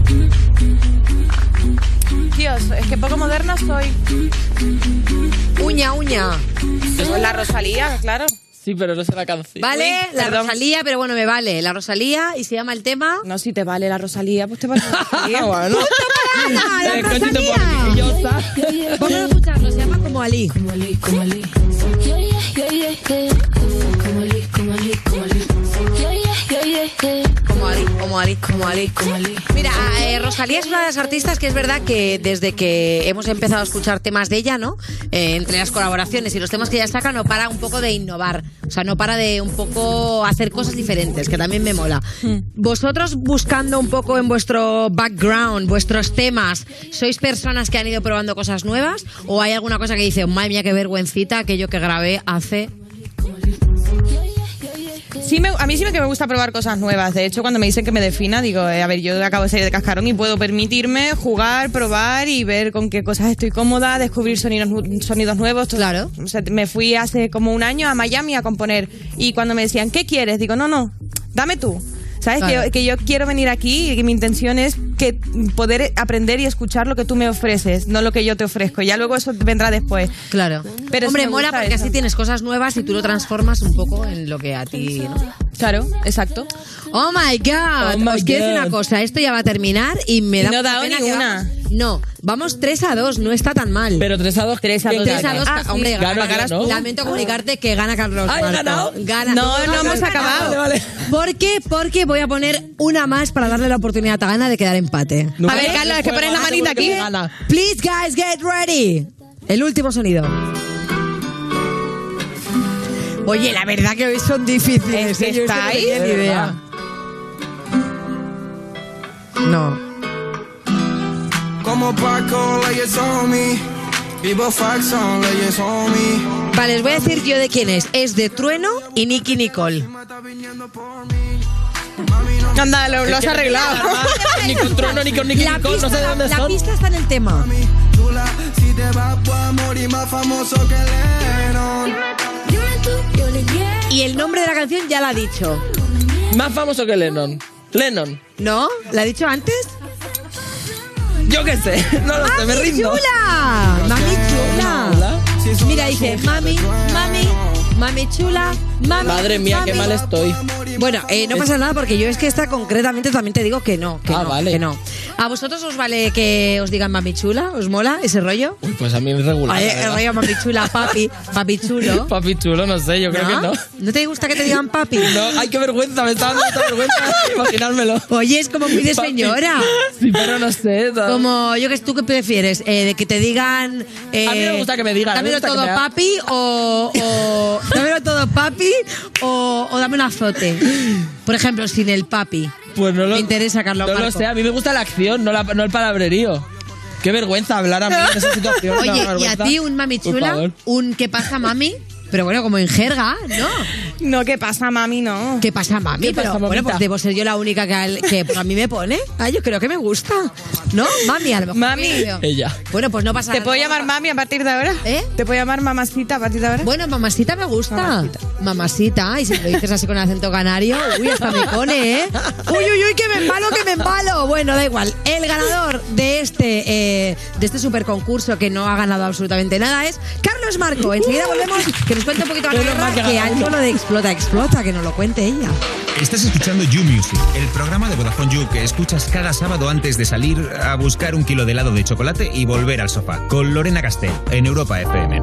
Dios, es que poco moderna soy. Uña, uña. Pues la Rosalía, claro. Sí, pero no sé la canción. Vale, Uy, la perdón. Rosalía, pero bueno, me vale. La Rosalía y se llama el tema... No, si te vale la Rosalía, pues te vale la Rosalía. Bueno. ¡Ah, la El cochito Rosalía! por Villosa. Vamos a escucharlo, se llama Como Ali. Como Ali, como Ali. Yeah, yeah, yeah, yeah, yeah. Como Ali, como Ali, como Ali. Yeah, yeah, yeah, yeah, yeah. Como Ali. Ali, como Ali, como Ali, como Ali. Mira, eh, Rosalía es una de las artistas que es verdad que desde que hemos empezado a escuchar temas de ella, ¿no? Eh, entre las colaboraciones y los temas que ella saca, no para un poco de innovar. O sea, no para de un poco hacer cosas diferentes, que también me mola. Hmm. Vosotros, buscando un poco en vuestro background, vuestros temas, ¿sois personas que han ido probando cosas nuevas? ¿O hay alguna cosa que dice, madre mía, qué vergüencita, aquello que grabé hace... Sí, me, a mí sí me, que me gusta probar cosas nuevas. De hecho, cuando me dicen que me defina, digo, eh, a ver, yo acabo de salir de Cascarón y puedo permitirme jugar, probar y ver con qué cosas estoy cómoda, descubrir sonidos, sonidos nuevos. Todo. Claro. O sea, me fui hace como un año a Miami a componer y cuando me decían, ¿qué quieres? Digo, no, no, dame tú. ¿Sabes? Claro. Que, yo, que yo quiero venir aquí y que mi intención es que poder aprender y escuchar lo que tú me ofreces, no lo que yo te ofrezco. Ya luego eso vendrá después. Claro. Pero hombre, mola porque eso. Así tienes cosas nuevas y tú lo transformas un poco en lo que a ti, ¿no? Claro, exacto. Oh my God. Oh my Os quiero decir una God. cosa, esto ya va a terminar y me y da no mucha dado pena ni que una. Vamos, no, vamos tres a dos, no está tan mal. Pero tres a dos, tres a dos. tres a dos, Ah, hombre, sí. gana, Gano ganas yo, ¿no? Lamento comunicarte que gana Carlos ¿Ah, he Marco. ganado? Gana. No, no hemos acabado. Vale, vale. ¿Por qué? Porque voy a poner una más para darle la oportunidad a Gana de quedar empate. No, A ver, no, Carlos, no es que puedo pones la ganar, manita seguro que aquí. me gana. Please, guys, get ready. El último sonido. Oye, la verdad que hoy son difíciles. Es que ¿eh? Yo esto no estáis, tenía ni de idea. verdad. No. Como Paco, leyes on me. Vivo Faxon, leyes on me. Vale, les voy a decir yo de quién es. Es de Trueno y Nicky Nicole. Anda, lo, lo has arreglado. Ni con Trono, ni con Nicky La Nicole, pista, no sé de la, dónde la son. pista está en el tema. Chula, si te vas por morir más famoso que Lennon. Y el nombre de la canción ya la ha dicho. Más famoso que Lennon. Lennon. ¿No? ¿La ha dicho antes? Yo qué sé, no lo sé, me ¡Mami rindo. chula! ¡Mami chula! Hola. Mira, dice, mami, mami, mami chula, mami. Madre mía, mami. qué mal estoy. Bueno, eh, no pasa nada porque yo es que esta concretamente también te digo que no, que Ah, no, vale. que no. ¿A vosotros os vale que os digan mami chula? ¿Os mola ese rollo? Uy, pues a mí es regular. Oye, la el verdad. rollo mami chula, papi, papi chulo. Papi chulo, no sé, yo creo que no. ¿No te gusta que te digan papi? No, ay, qué vergüenza, me está dando mucha vergüenza imaginármelo. Oye, es como muy de Papi. señora. Sí, pero no sé. no. Como, yo que tú qué prefieres, eh, de que te digan... Eh, A mí me gusta que me digan, me Dámelo gusta que todo me hagan. papi o, o... Dámelo todo papi o, o dame un azote. Por ejemplo, sin el papi. Pues no lo, Me interesa, Carlos No lo Marco. sé, a mí me gusta la acción, no, la, no el palabrerío. Qué vergüenza hablar a mí en esa situación. Oye, una y a vergüenza. ti un mami Por chula, favor. un ¿qué pasa mami? Pero bueno, como en jerga, ¿no? No, ¿qué pasa, mami? No. ¿Qué pasa, mami? ¿Qué pasa, Pero bueno, mamita? pues debo ser yo la única que, al- que pues, a mí me pone. Ah, yo creo que me gusta. ¿No? Mami, a lo mejor. Mami. me- Ella. Bueno, pues no pasa ¿Te nada. puedo llamar mami a partir de ahora? ¿Eh? ¿Te puedo llamar mamacita a partir de ahora? Bueno, mamacita me gusta. Mamacita. Mamacita. Y si lo dices así con acento canario, uy, hasta me pone, ¿eh? Uy, uy, uy, que me embalo, que me embalo. Bueno, da igual. El ganador de este, eh, de este super concurso que no ha ganado absolutamente nada es Carlos Marco. Enseguida volvemos, que nos cuente un poquito a la Menos guerra, mal que ha que ganado algo uno. lo de explota, explota, que nos lo cuente ella. Estás escuchando You Music, el programa de Vodafone You que escuchas cada sábado antes de salir a buscar un kilo de helado de chocolate y volver al sofá. Con Lorena Castell, en Europa F M.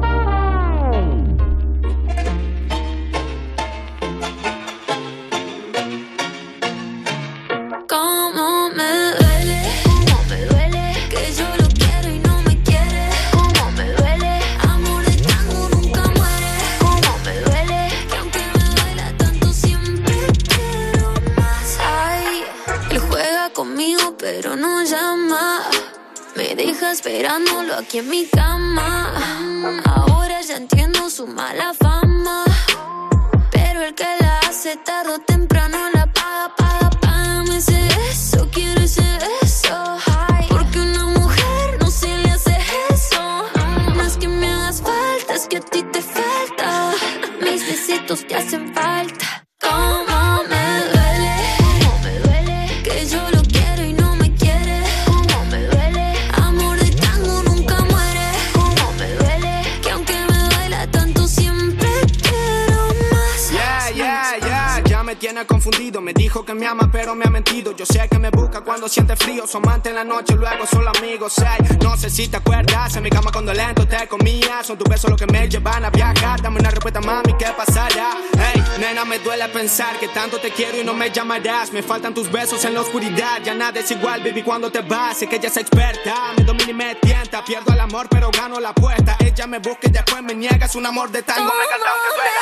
Cómo me duele, cómo me duele que yo lo quiero y no me quiere. Cómo me duele, amor de tango nunca muere. Cómo me duele que aunque me duela tanto siempre quiero más. Ay, él juega conmigo pero no llama. Me deja esperándolo aquí en mi cama. Ahora ya entiendo su mala fama, pero el que la hace tarde o temprano la paga, paga, págame ese beso, quiero ese beso. Ay, porque una mujer no se le hace eso. No es que me hagas falta, es que a ti te falta. Mis besitos te hacen falta. Cómo me duele, cómo me duele que yo lo quiero y no me quiere. Cómo me duele, amor de tango nunca muere. Cómo me duele que aunque me duela tanto siempre quiero más. Yeah, yeah, yeah, ya me tiene tiene confundido. Me dijo que me ama pero me ha mentido. Yo sé que me busca cuando siente frío. Su amante en la noche, luego solo amigos. Hey, no sé si te acuerdas, en mi cama cuando lento te comía. Son tus besos los que me llevan a viajar. Dame una respuesta, mami, ¿qué pasará? Hey, nena, me duele pensar que tanto te quiero y no me llamarás. Me faltan tus besos en la oscuridad. Ya nada es igual, baby, cuando te vas. Sé que ella es experta, me domina y me tienta. Pierdo el amor pero gano la apuesta. Ella me busca y después me niegas. Un amor de tango, me encanta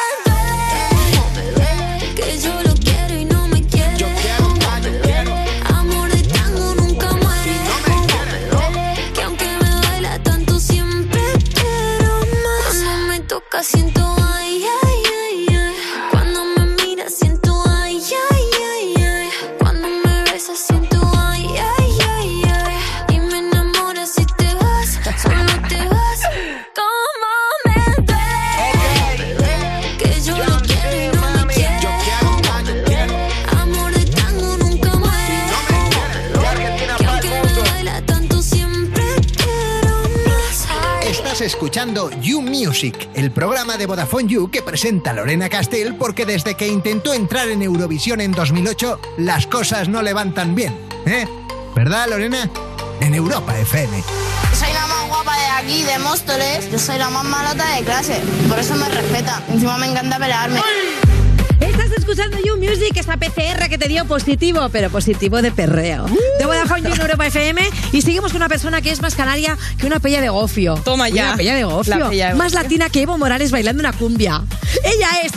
aunque duela. Que yo lo quiero y no me quiere. Yo quiero, ah, yo quiero. Amor de tango nunca muere. No me quiere, que aunque me duela tanto siempre quiero más. Cuando me toca siento ay, ay, ay, ay. Cuando me mira siento ay, ay, ay, ay. Cuando me besa siento ay, ay, ay, ay. Y me enamora si te vas, solo te vas. Como me duele, que yo lo quiero y no me quiere. Amor de tango nunca muere. Que aunque me duela tanto siempre quiero más. Estás escuchando You Music, el programa de Vodafone You que presenta Lorena Castell porque desde que intentó entrar en Eurovisión en dos mil ocho, las cosas no le van tan bien, ¿eh? ¿Verdad, Lorena? En Europa F M. Soy la más guapa de aquí, de Móstoles. Yo soy la más malota de clase, por eso me respeta. Encima me encanta pelearme. Estás escuchando You Music, esa P C R que te dio positivo, pero positivo de perreo. De Vodafone You en Europa F M. Y seguimos con una persona que es más canaria que una pella de gofio. Toma ya. Una pella de gofio. La pella de más gofio. latina que Evo Morales bailando una cumbia. Ella es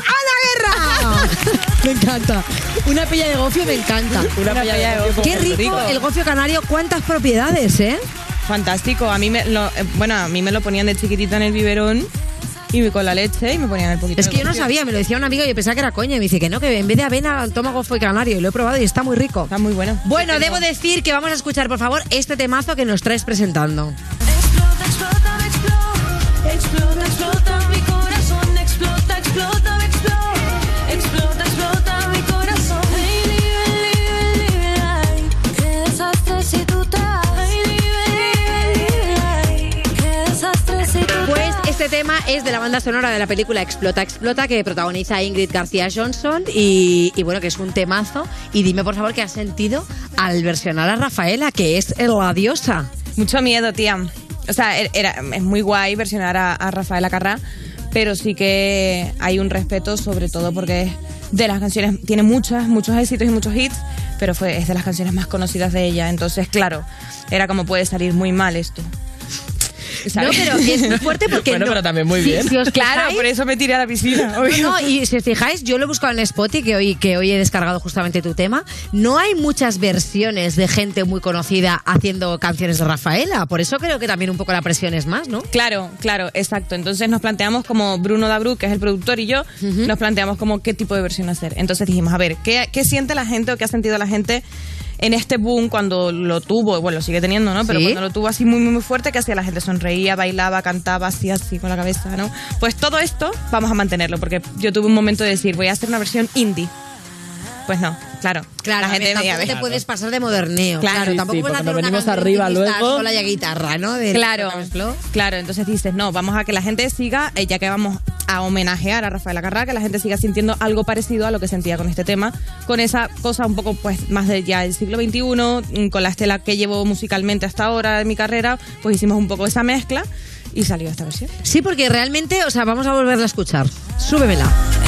Ana Guerra. Me encanta. Una pella de gofio me encanta. Una pella de gofio. Qué rico, Rico. el gofio canario. ¿Cuántas propiedades, eh? Fantástico. A mí me lo, eh, bueno, a mí me lo ponían de chiquitita en el biberón y con la leche y me ponían el poquito. Es de que yo no gofio. sabía, me lo decía un amigo y yo pensaba que era coña. Y me dice que no, que en vez de avena toma gofio canario. Y lo he probado y está muy rico. Está muy bueno. Bueno, Yo tengo- debo decir que vamos a escuchar, por favor, este temazo que nos traes presentando. Explota, explota, explota. Explota, explota mi corazón. Explota, explota, explota. Explota, explota mi corazón. Ay, libre, libre, libre, ay. Qué desastre si tú te vas. Ay, libre, libre, libre, ay. Qué desastre si tú te Pues vas. este tema es de la banda sonora de la película Explota, Explota, que protagoniza Ingrid García Johnson y, y bueno, que es un temazo. Y dime, por favor, qué has sentido al versionar a Rafaela, que es la diosa. Mucho miedo, tía. O sea, era, es muy guay versionar a, a Rafaela Carrà, pero sí que hay un respeto, sobre todo porque es de las canciones, tiene muchas, muchos éxitos y muchos hits, pero fue, es de las canciones más conocidas de ella. Entonces, claro, era como puede salir muy mal esto. ¿Sabes? No, pero es muy fuerte porque Bueno, no- pero también muy si- bien. si os Claro, fijáis- por eso me tiré a la piscina. No, no, y si os fijáis, yo lo he buscado en Spotify, que hoy, que hoy he descargado justamente tu tema. No hay muchas versiones de gente muy conocida haciendo canciones de Rafaela. Por eso creo que también un poco la presión es más, ¿no? Claro, claro, exacto. Entonces nos planteamos como Bruno Dabru, que es el productor, y yo, Ujú. nos planteamos como qué tipo de versión hacer. Entonces dijimos, a ver, ¿qué, qué siente la gente o qué ha sentido la gente en este boom cuando lo tuvo? Bueno, lo sigue teniendo, ¿no? Pero Sí. cuando lo tuvo así muy, muy, muy fuerte, ¿qué hacía? La gente sonreía, bailaba, cantaba, así, así, con la cabeza, ¿no? Pues todo esto vamos a mantenerlo, porque yo tuve un momento de decir, voy a hacer una versión indie. Pues no, claro. Claro, la a ver, gente veía, tampoco te puedes pasar de moderneo. Claro, Claro, sí, tampoco sí, puedes porque hacer nos una venimos canción arriba intimista luego. sola y a guitarra, ¿no? De- Claro, de Flow. claro, entonces dices, no, vamos a que la gente siga, eh, ya que vamos a homenajear a Rafaela Carrà, que la gente siga sintiendo algo parecido a lo que sentía con este tema, con esa cosa un poco pues más de ya del siglo veintiuno, mm, con la estela que llevo musicalmente hasta ahora en mi carrera, pues hicimos un poco esa mezcla y salió esta versión. Sí, porque realmente, o sea, vamos a volverla a escuchar. Súbemela.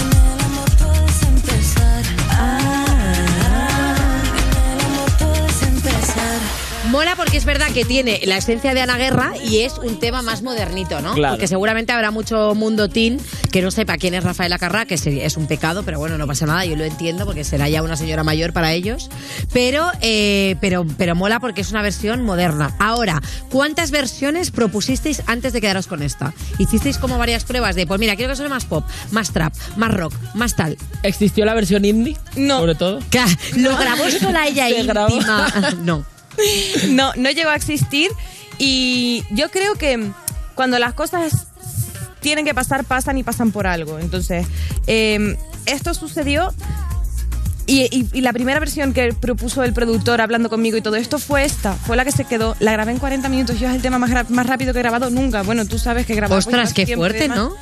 puedes empezar. Ah, en el amor puedes empezar. Mola porque es verdad que tiene la esencia de Ana Guerra y es un tema más modernito, ¿no? Claro. Porque seguramente habrá mucho mundo teen que no sepa quién es Rafaela Carrà, que sería- es un pecado, pero bueno, no pasa nada, yo lo entiendo porque será ya una señora mayor para ellos. Pero, eh, pero, pero mola porque es una versión moderna. Ahora, ¿cuántas versiones propusisteis antes de quedaros con esta? ¿Hicisteis como varias pruebas de, pues mira, quiero que suene más pop, más trap, más rock, más tal? ¿Existió la versión indie? No. Sobre todo. Claro, ¿lo grabó sola ella Se grabó. íntima? No. No, no llegó a existir y yo creo que cuando las cosas tienen que pasar, pasan y pasan por algo. Entonces, eh, esto sucedió y, y- y la primera versión que propuso el productor hablando conmigo y todo esto fue esta, fue la que se quedó. La grabé en cuarenta minutos, yo es el tema más, gra- más rápido que he grabado nunca. Bueno, tú sabes que grababa. Ostras, qué fuerte, ¿no?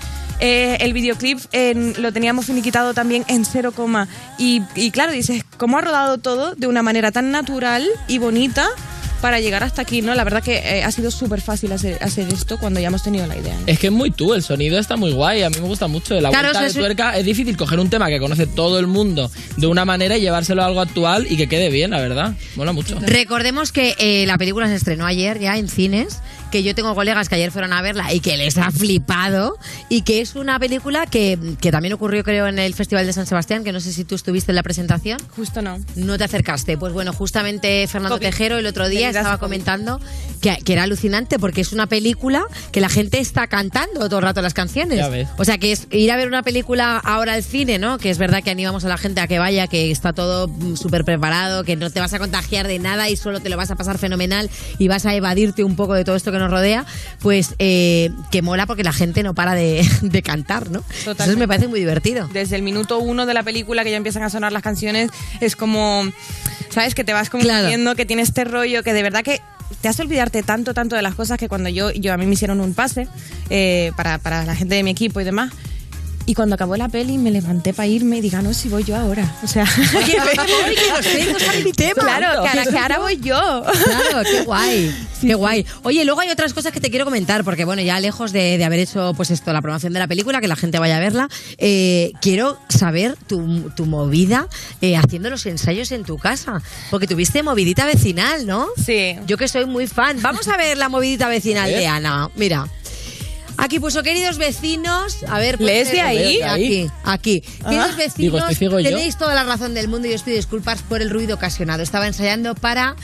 Eh, el videoclip en, lo teníamos finiquitado también en cero coma. Y, y claro, dices, ¿cómo ha rodado todo de una manera tan natural y bonita para llegar hasta aquí, ¿no? La verdad que eh, ha sido súper fácil hacer, hacer esto cuando ya hemos tenido la idea, ¿no? Es que es muy tú, el sonido está muy guay, a mí me gusta mucho. La Claro, vuelta eso de es- tuerca es difícil coger un tema que conoce todo el mundo de una manera y llevárselo a algo actual y que quede bien, la verdad. Mola mucho. Recordemos que eh, la película se estrenó ayer ya en cines, que yo tengo colegas que ayer fueron a verla y que les ha flipado, y que es una película que, que también ocurrió creo en el Festival de San Sebastián, que no sé si tú estuviste en la presentación. Justo no. No te acercaste. Pues bueno, justamente Fernando COVID. Tejero el otro día Debido a estaba COVID. comentando que, que era alucinante porque es una película que la gente está cantando todo el rato las canciones. Ya ves. O sea, que es ir a ver una película ahora al cine, ¿no? Que es verdad que animamos a la gente a que vaya, que está todo mm, súper preparado, que no te vas a contagiar de nada y solo te lo vas a pasar fenomenal y vas a evadirte un poco de todo esto que nos rodea, pues eh, que mola porque la gente no para de, de cantar, ¿no? Totalmente. Eso me parece muy divertido. Desde el minuto uno de la película que ya empiezan a sonar las canciones, es como, ¿sabes? Que te vas como Claro. viendo que tiene este rollo, que de verdad que te hace olvidarte tanto, tanto de las cosas que cuando yo, yo a mí me hicieron un pase eh, para, para la gente de mi equipo y demás. Y cuando acabó la peli me levanté para irme y diga, no, si voy yo ahora. O sea, Oye, oye, que los créditos salen mi tema. claro, que ahora, que ahora voy yo. Claro, qué guay, qué guay. Oye, luego hay otras cosas que te quiero comentar, porque bueno, ya lejos de, de haber hecho pues esto, la promoción de la película, que la gente vaya a verla, eh, quiero saber tu, tu movida eh, haciendo los ensayos en tu casa, porque tuviste movidita vecinal, ¿no? Sí. Yo que soy muy fan. Vamos a ver la movidita vecinal A ver. de Ana. Mira. Aquí puso, queridos vecinos, a ver, pues, ¿Lees de ahí? Aquí, aquí. Queridos Ah. vecinos, Digo, ¿estoy ciego yo? tenéis toda la razón del mundo y os pido disculpas por el ruido ocasionado. Estaba ensayando para,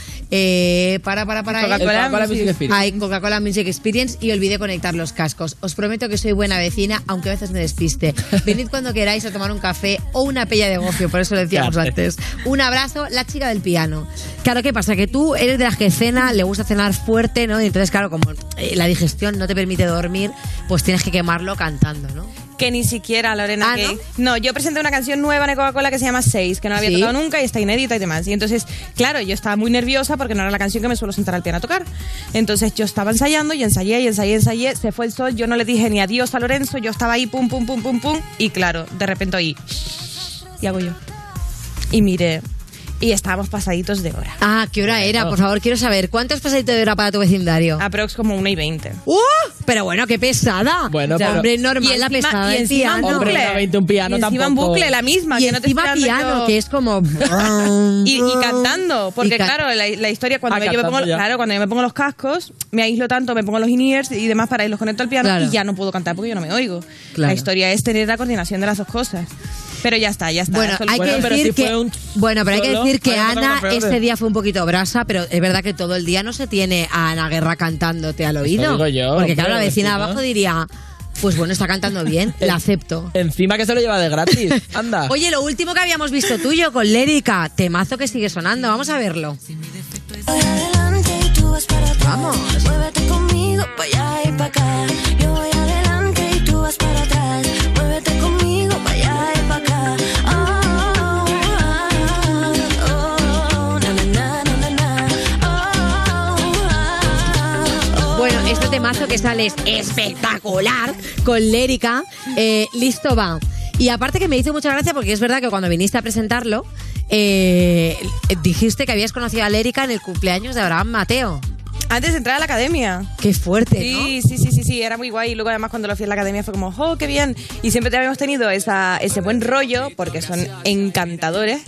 eh, para, para, para... El Coca-Cola Music Experience. Ay, Coca-Cola Music Experience, y olvidé conectar los cascos. Os prometo que soy buena vecina, aunque a veces me despiste. Venid cuando queráis a tomar un café o una pella de gofio, por eso lo decíamos Claro. antes. Un abrazo, la chica del piano. Claro, ¿qué pasa? Que tú eres de las que cena, le gusta cenar fuerte, ¿no? Y entonces, claro, como eh, la digestión no te permite dormir, pues tienes que quemarlo cantando, ¿no? Que ni siquiera, Lorena. Ah, que... ¿no? ¿no? yo presenté una canción nueva en Coca-Cola que se llama Seis, que no la había ¿Sí? tocado nunca y está inédita y demás. Y entonces, claro, yo estaba muy nerviosa porque no era la canción que me suelo sentar al piano a tocar. Entonces yo estaba ensayando y ensayé y ensayé, ensayé. Se fue el sol, yo no le dije ni adiós a Lorenzo, yo estaba ahí, pum, pum, pum, pum, pum. Y claro, de repente oí... Y hago yo. Y miré. Y estábamos pasaditos de hora. Ah, ¿qué hora era? Por favor, quiero saber, ¿cuánto es pasadito de hora para tu vecindario? Aprox como una y veinte. ¡Uh! Pero bueno, qué pesada. Bueno, Ya, pero- hombre, normal, Y la encima- pesada y del encima en piano. Hombre, bucle. una veinte un piano Y encima en tampoco. bucle, la misma. Y que no te encima estoy dando piano, yo- que es como... Y, y cantando, porque Y ca- claro, la, la historia, cuando Ah, me, yo me cantando pongo, ya. claro, cuando yo me pongo los cascos, me aíslo tanto, me pongo los in-ears y demás para ir los conecto al piano Claro. y ya no puedo cantar porque yo no me oigo. Claro. La historia es tener la coordinación de las dos cosas. Pero ya está, ya está. Bueno, Solo- hay Bueno, que pero decir si que fue un bueno, pero hay que solo, decir que hay una cosa Ana peor. ese día fue un poquito brasa, pero es verdad que todo el día no se tiene a Ana Guerra cantándote al oído. digo yo, Porque claro, la hombre, vecina de ¿no? abajo diría, pues bueno, está cantando bien, la acepto. Encima que se lo lleva de gratis. Anda. Oye, lo último que habíamos visto tuyo con Lérica, temazo que sigue sonando, vamos a verlo. Voy adelante y tú vas para atrás. Vamos. Muévete conmigo pa' allá y pa' acá. Yo voy adelante y tú vas para atrás. Muévete conmigo pa' allá y pa' acá. Oh, oh, oh, na, na, na, na, na. Oh, oh, oh. Bueno, este temazo que sale es espectacular con Lérica, eh, listo va. Y aparte que me hizo mucha gracia porque es verdad que cuando viniste a presentarlo, eh, dijiste que habías conocido a Lérica en el cumpleaños de Abraham Mateo. Antes de entrar a la academia. Qué fuerte, ¿no? Sí, sí, sí, sí, sí, era muy guay. Y luego además cuando lo fui a la academia fue como, oh, qué bien. Y siempre habíamos tenido esa, ese buen rollo, porque son encantadores.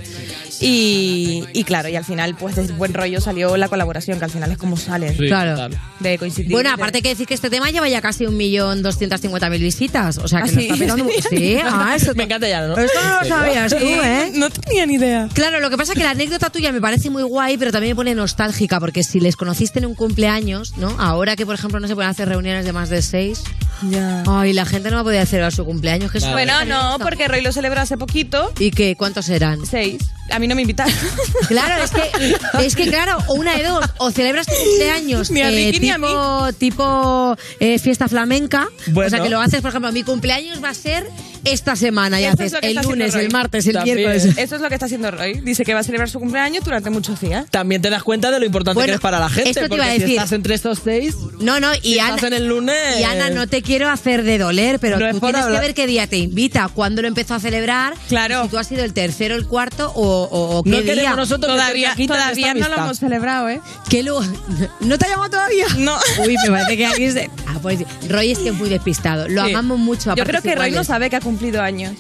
Y, y claro, y al final, pues de ese buen rollo salió la colaboración, que al final es como sale. Sí, Claro. total. De coincidir. Bueno, de- aparte hay que decir que este tema lleva ya casi un millón doscientas cincuenta mil visitas. O sea, que ¿Ah, lo sí? está pegando mu- Sí, ah, eso Me encanta ya, ¿no? Esto no lo sabías tú, Sí, ¿eh? No tenía ni idea. Claro, lo que pasa es que la anécdota tuya me parece muy guay, pero también me pone nostálgica, porque si les conociste en un cumpleaños, ¿no? Ahora que, por ejemplo, no se pueden hacer reuniones de más de seis, Ya. ay, la gente no va a poder celebrar su cumpleaños. Que es Claro. Bueno, súper no, esto. porque Roy lo celebró hace poquito. ¿Y qué? ¿Cuántos eran? Seis. A mí no me invitaron. Claro, es que, es que claro, o una de dos, o celebras tu cumpleaños Ni a eh, Ricky ni a tipo, tipo eh, fiesta flamenca, Bueno. o sea que lo haces, por ejemplo, mi cumpleaños va a ser esta semana y Esto haces es lo que el está lunes, haciendo el Roy. martes, el También. miércoles. Eso es lo que está haciendo Roy. Dice que va a celebrar su cumpleaños durante muchos días. También te das cuenta de lo importante Bueno, que eres para la gente. esto te porque iba a si decir. estás entre estos seis, No, no, y si Ana, estás en el lunes... y Ana, no te quiero hacer de doler, pero No es tú por tienes hablar. que ver qué día te invita, cuándo lo empezó a celebrar, Claro. si tú has sido el tercero, el cuarto o, o, o qué No día. queremos nosotros Todavía, que te quitan todavía esta no lo amistad. hemos celebrado, ¿eh? ¿Qué luego? ¿No te ha llamado todavía? No. Uy, me parece que aquí se... Ah, pues Roy es que es muy despistado. Lo Sí. amamos mucho. Yo aparte creo que Roy iguales. no sabe que ha cumplido años.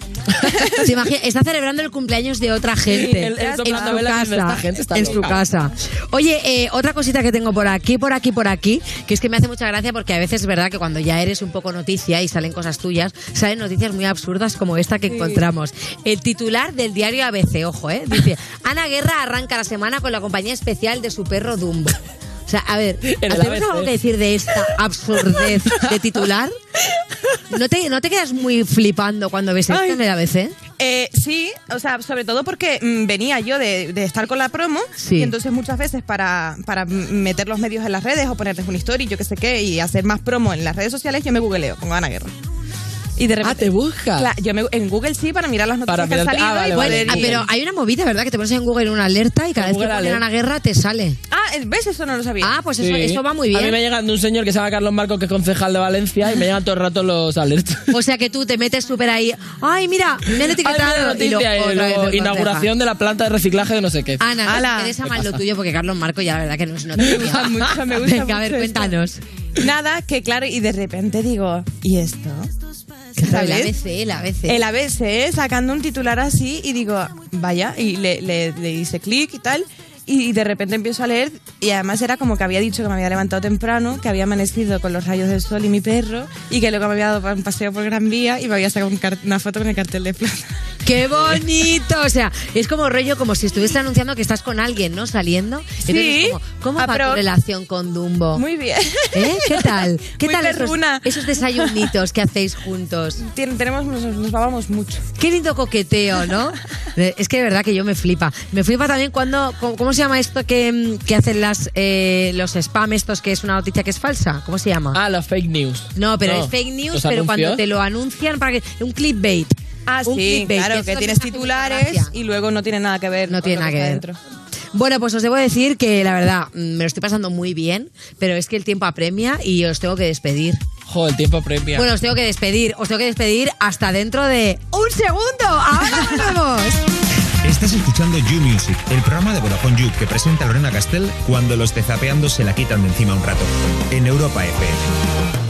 Se imagina, está celebrando el cumpleaños de otra gente él- él en soplando su velas y dice, casa. "Esta gente está en su loca". casa. Oye, eh, otra cosita que tengo por aquí, por aquí, por aquí, que es que me hace mucha gracia porque a veces es verdad que cuando ya eres un poco noticia y salen cosas tuyas, salen noticias muy absurdas como esta que encontramos. El titular del diario A B C, ojo, ¿eh? Dice, Ana Guerra arranca la semana con la compañía especial de su perro Dumbo. O sea, a ver, En el ¿hacemos A B C. algo que decir de esta absurdez de titular? ¿No te, ¿No te quedas muy flipando cuando ves esto Ay. en el A B C? Eh, sí, o sea, sobre todo porque mm, venía yo de, de estar con la promo Sí. y entonces muchas veces para, para meter los medios en las redes o ponerles una historia y yo qué sé qué y hacer más promo en las redes sociales, yo me googleo, pongo Ana Guerra. Y de repente, Ah, te busca. Claro, yo me- en Google sí, para mirar las noticias Para que han mirarte- salido. ah, vale, y vale. poder Ah, ir- pero hay una movida, ¿verdad? Que te pones en Google una alerta y cada vez que Google ponen Alert. Ana Guerra te sale. Ah, ¿ves? Eso no lo sabía. Ah, pues eso, Sí. eso va muy bien. A mí me llegan de un señor que se llama Carlos Marcos, que es concejal de Valencia, y me llegan todo el rato los alertas. O sea que tú te metes súper ahí. Ay, mira, me han Ay, etiquetado. mira, y luego noticia, eh, otra vez luego el inauguración de la planta de reciclaje de no sé qué. Ana, no Ala. te interesa ¿Qué más lo pasa? tuyo porque Carlos Marco ya la verdad que no es Me noticia. gusta mucho, me gusta Venga, a ver, mucho esto. cuéntanos. Nada, que claro, y de repente digo, ¿y esto? Claro, el ¿Sabes? A B C, el A B C. El A B C sacando un titular así y digo, vaya, y le, le, le hice clic y tal. Y de repente empiezo a leer y además era como que había dicho que me había levantado temprano, que había amanecido con los rayos del sol y mi perro y que luego me había dado un paseo por Gran Vía y me había sacado un car- una foto con el cartel de plata. ¡Qué bonito! O sea, es como rollo como si estuviese anunciando que estás con alguien, ¿no? Saliendo. Entonces, Sí. como, ¿cómo Ah, va pero- tu relación con Dumbo? Muy bien. ¿Eh? ¿Qué tal? ¿Qué Muy tal esos, perruna. esos desayunitos que hacéis juntos? Tien- tenemos, nos, nos vamos mucho. Qué lindo coqueteo, ¿no? Eh, Es que de verdad que yo me flipa. Me flipa también cuando... ¿Cómo, cómo se llama esto que, mm, que hacen las eh, los spam estos que es una noticia que es falsa? ¿Cómo se llama? Ah, los fake news. No, pero No. es fake news, ¿Los pero cuando anuncios? te lo anuncian para que... Un clickbait. Ah, Un sí, clickbait, claro, eso que también tienes me hace mucha titulares gracia. y luego no tiene nada que ver. No con tiene lo nada que está ver. dentro. Bueno, pues os debo decir que la verdad mm, me lo estoy pasando muy bien, pero es que el tiempo apremia y os tengo que despedir. Joder, el tiempo premia. Bueno, os tengo que despedir, os tengo que despedir hasta dentro de un segundo. Ahora volvemos. Estás escuchando You Music, el programa de Vodafone You que presenta Lorena Castell cuando los de Zapeando se la quitan de encima un rato. En Europa F M.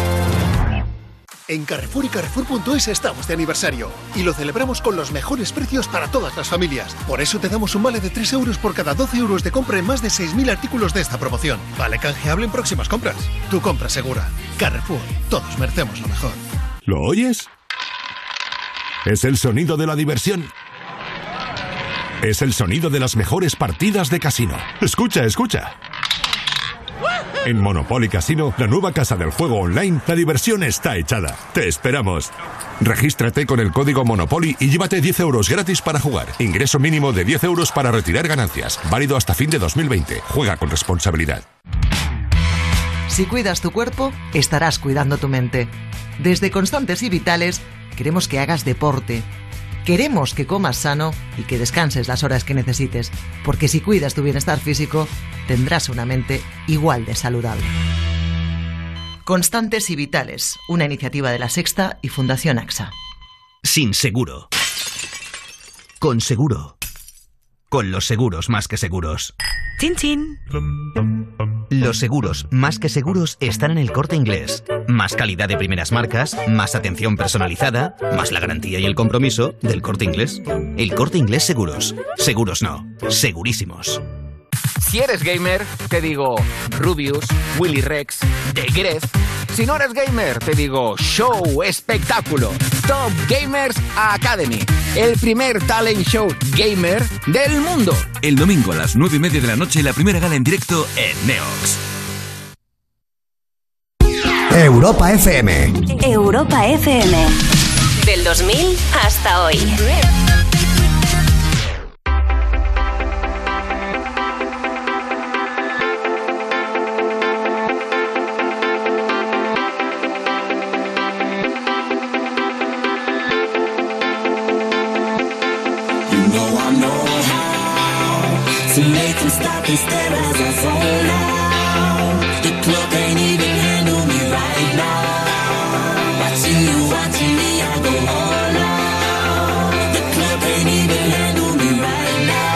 En Carrefour y Carrefour punto es estamos de aniversario y lo celebramos con los mejores precios para todas las familias. Por eso te damos un vale de tres euros por cada doce euros de compra en más de seis mil artículos de esta promoción. Vale canjeable en próximas compras. Tu compra segura. Carrefour. Todos merecemos lo mejor. ¿Lo oyes? Es el sonido de la diversión. Es el sonido de las mejores partidas de casino. Escucha, escucha. En Monopoly Casino, la nueva casa del juego online, la diversión está echada. Te esperamos. Regístrate con el código Monopoly y llévate diez euros gratis para jugar. Ingreso mínimo de diez euros para retirar ganancias. Válido hasta fin de dos mil veinte. Juega con responsabilidad. Si cuidas tu cuerpo, estarás cuidando tu mente. Desde Constantes y Vitales, queremos que hagas deporte. Queremos que comas sano y que descanses las horas que necesites, porque si cuidas tu bienestar físico, tendrás una mente igual de saludable. Constantes y Vitales, una iniciativa de La Sexta y Fundación AXA. Sin seguro. Con seguro. Con los seguros más que seguros. Chin chin. Los seguros más que seguros están en El Corte Inglés. Más calidad de primeras marcas, más atención personalizada, más la garantía y el compromiso del Corte Inglés. El Corte Inglés Seguros. Seguros no, segurísimos. Si eres gamer, te digo Rubius, Willy Rex, The Gref. Si no eres gamer, te digo show, espectáculo. Top Gamers Academy, el primer talent show gamer del mundo. El domingo a las nueve y media de la noche, la primera gala en directo en Neox. Europa F M. Europa F M. Del dos mil hasta hoy. and stare as I zone out. The club can't even handle me right now. Watching you, watching me, I go all out. The club can't even handle me right now.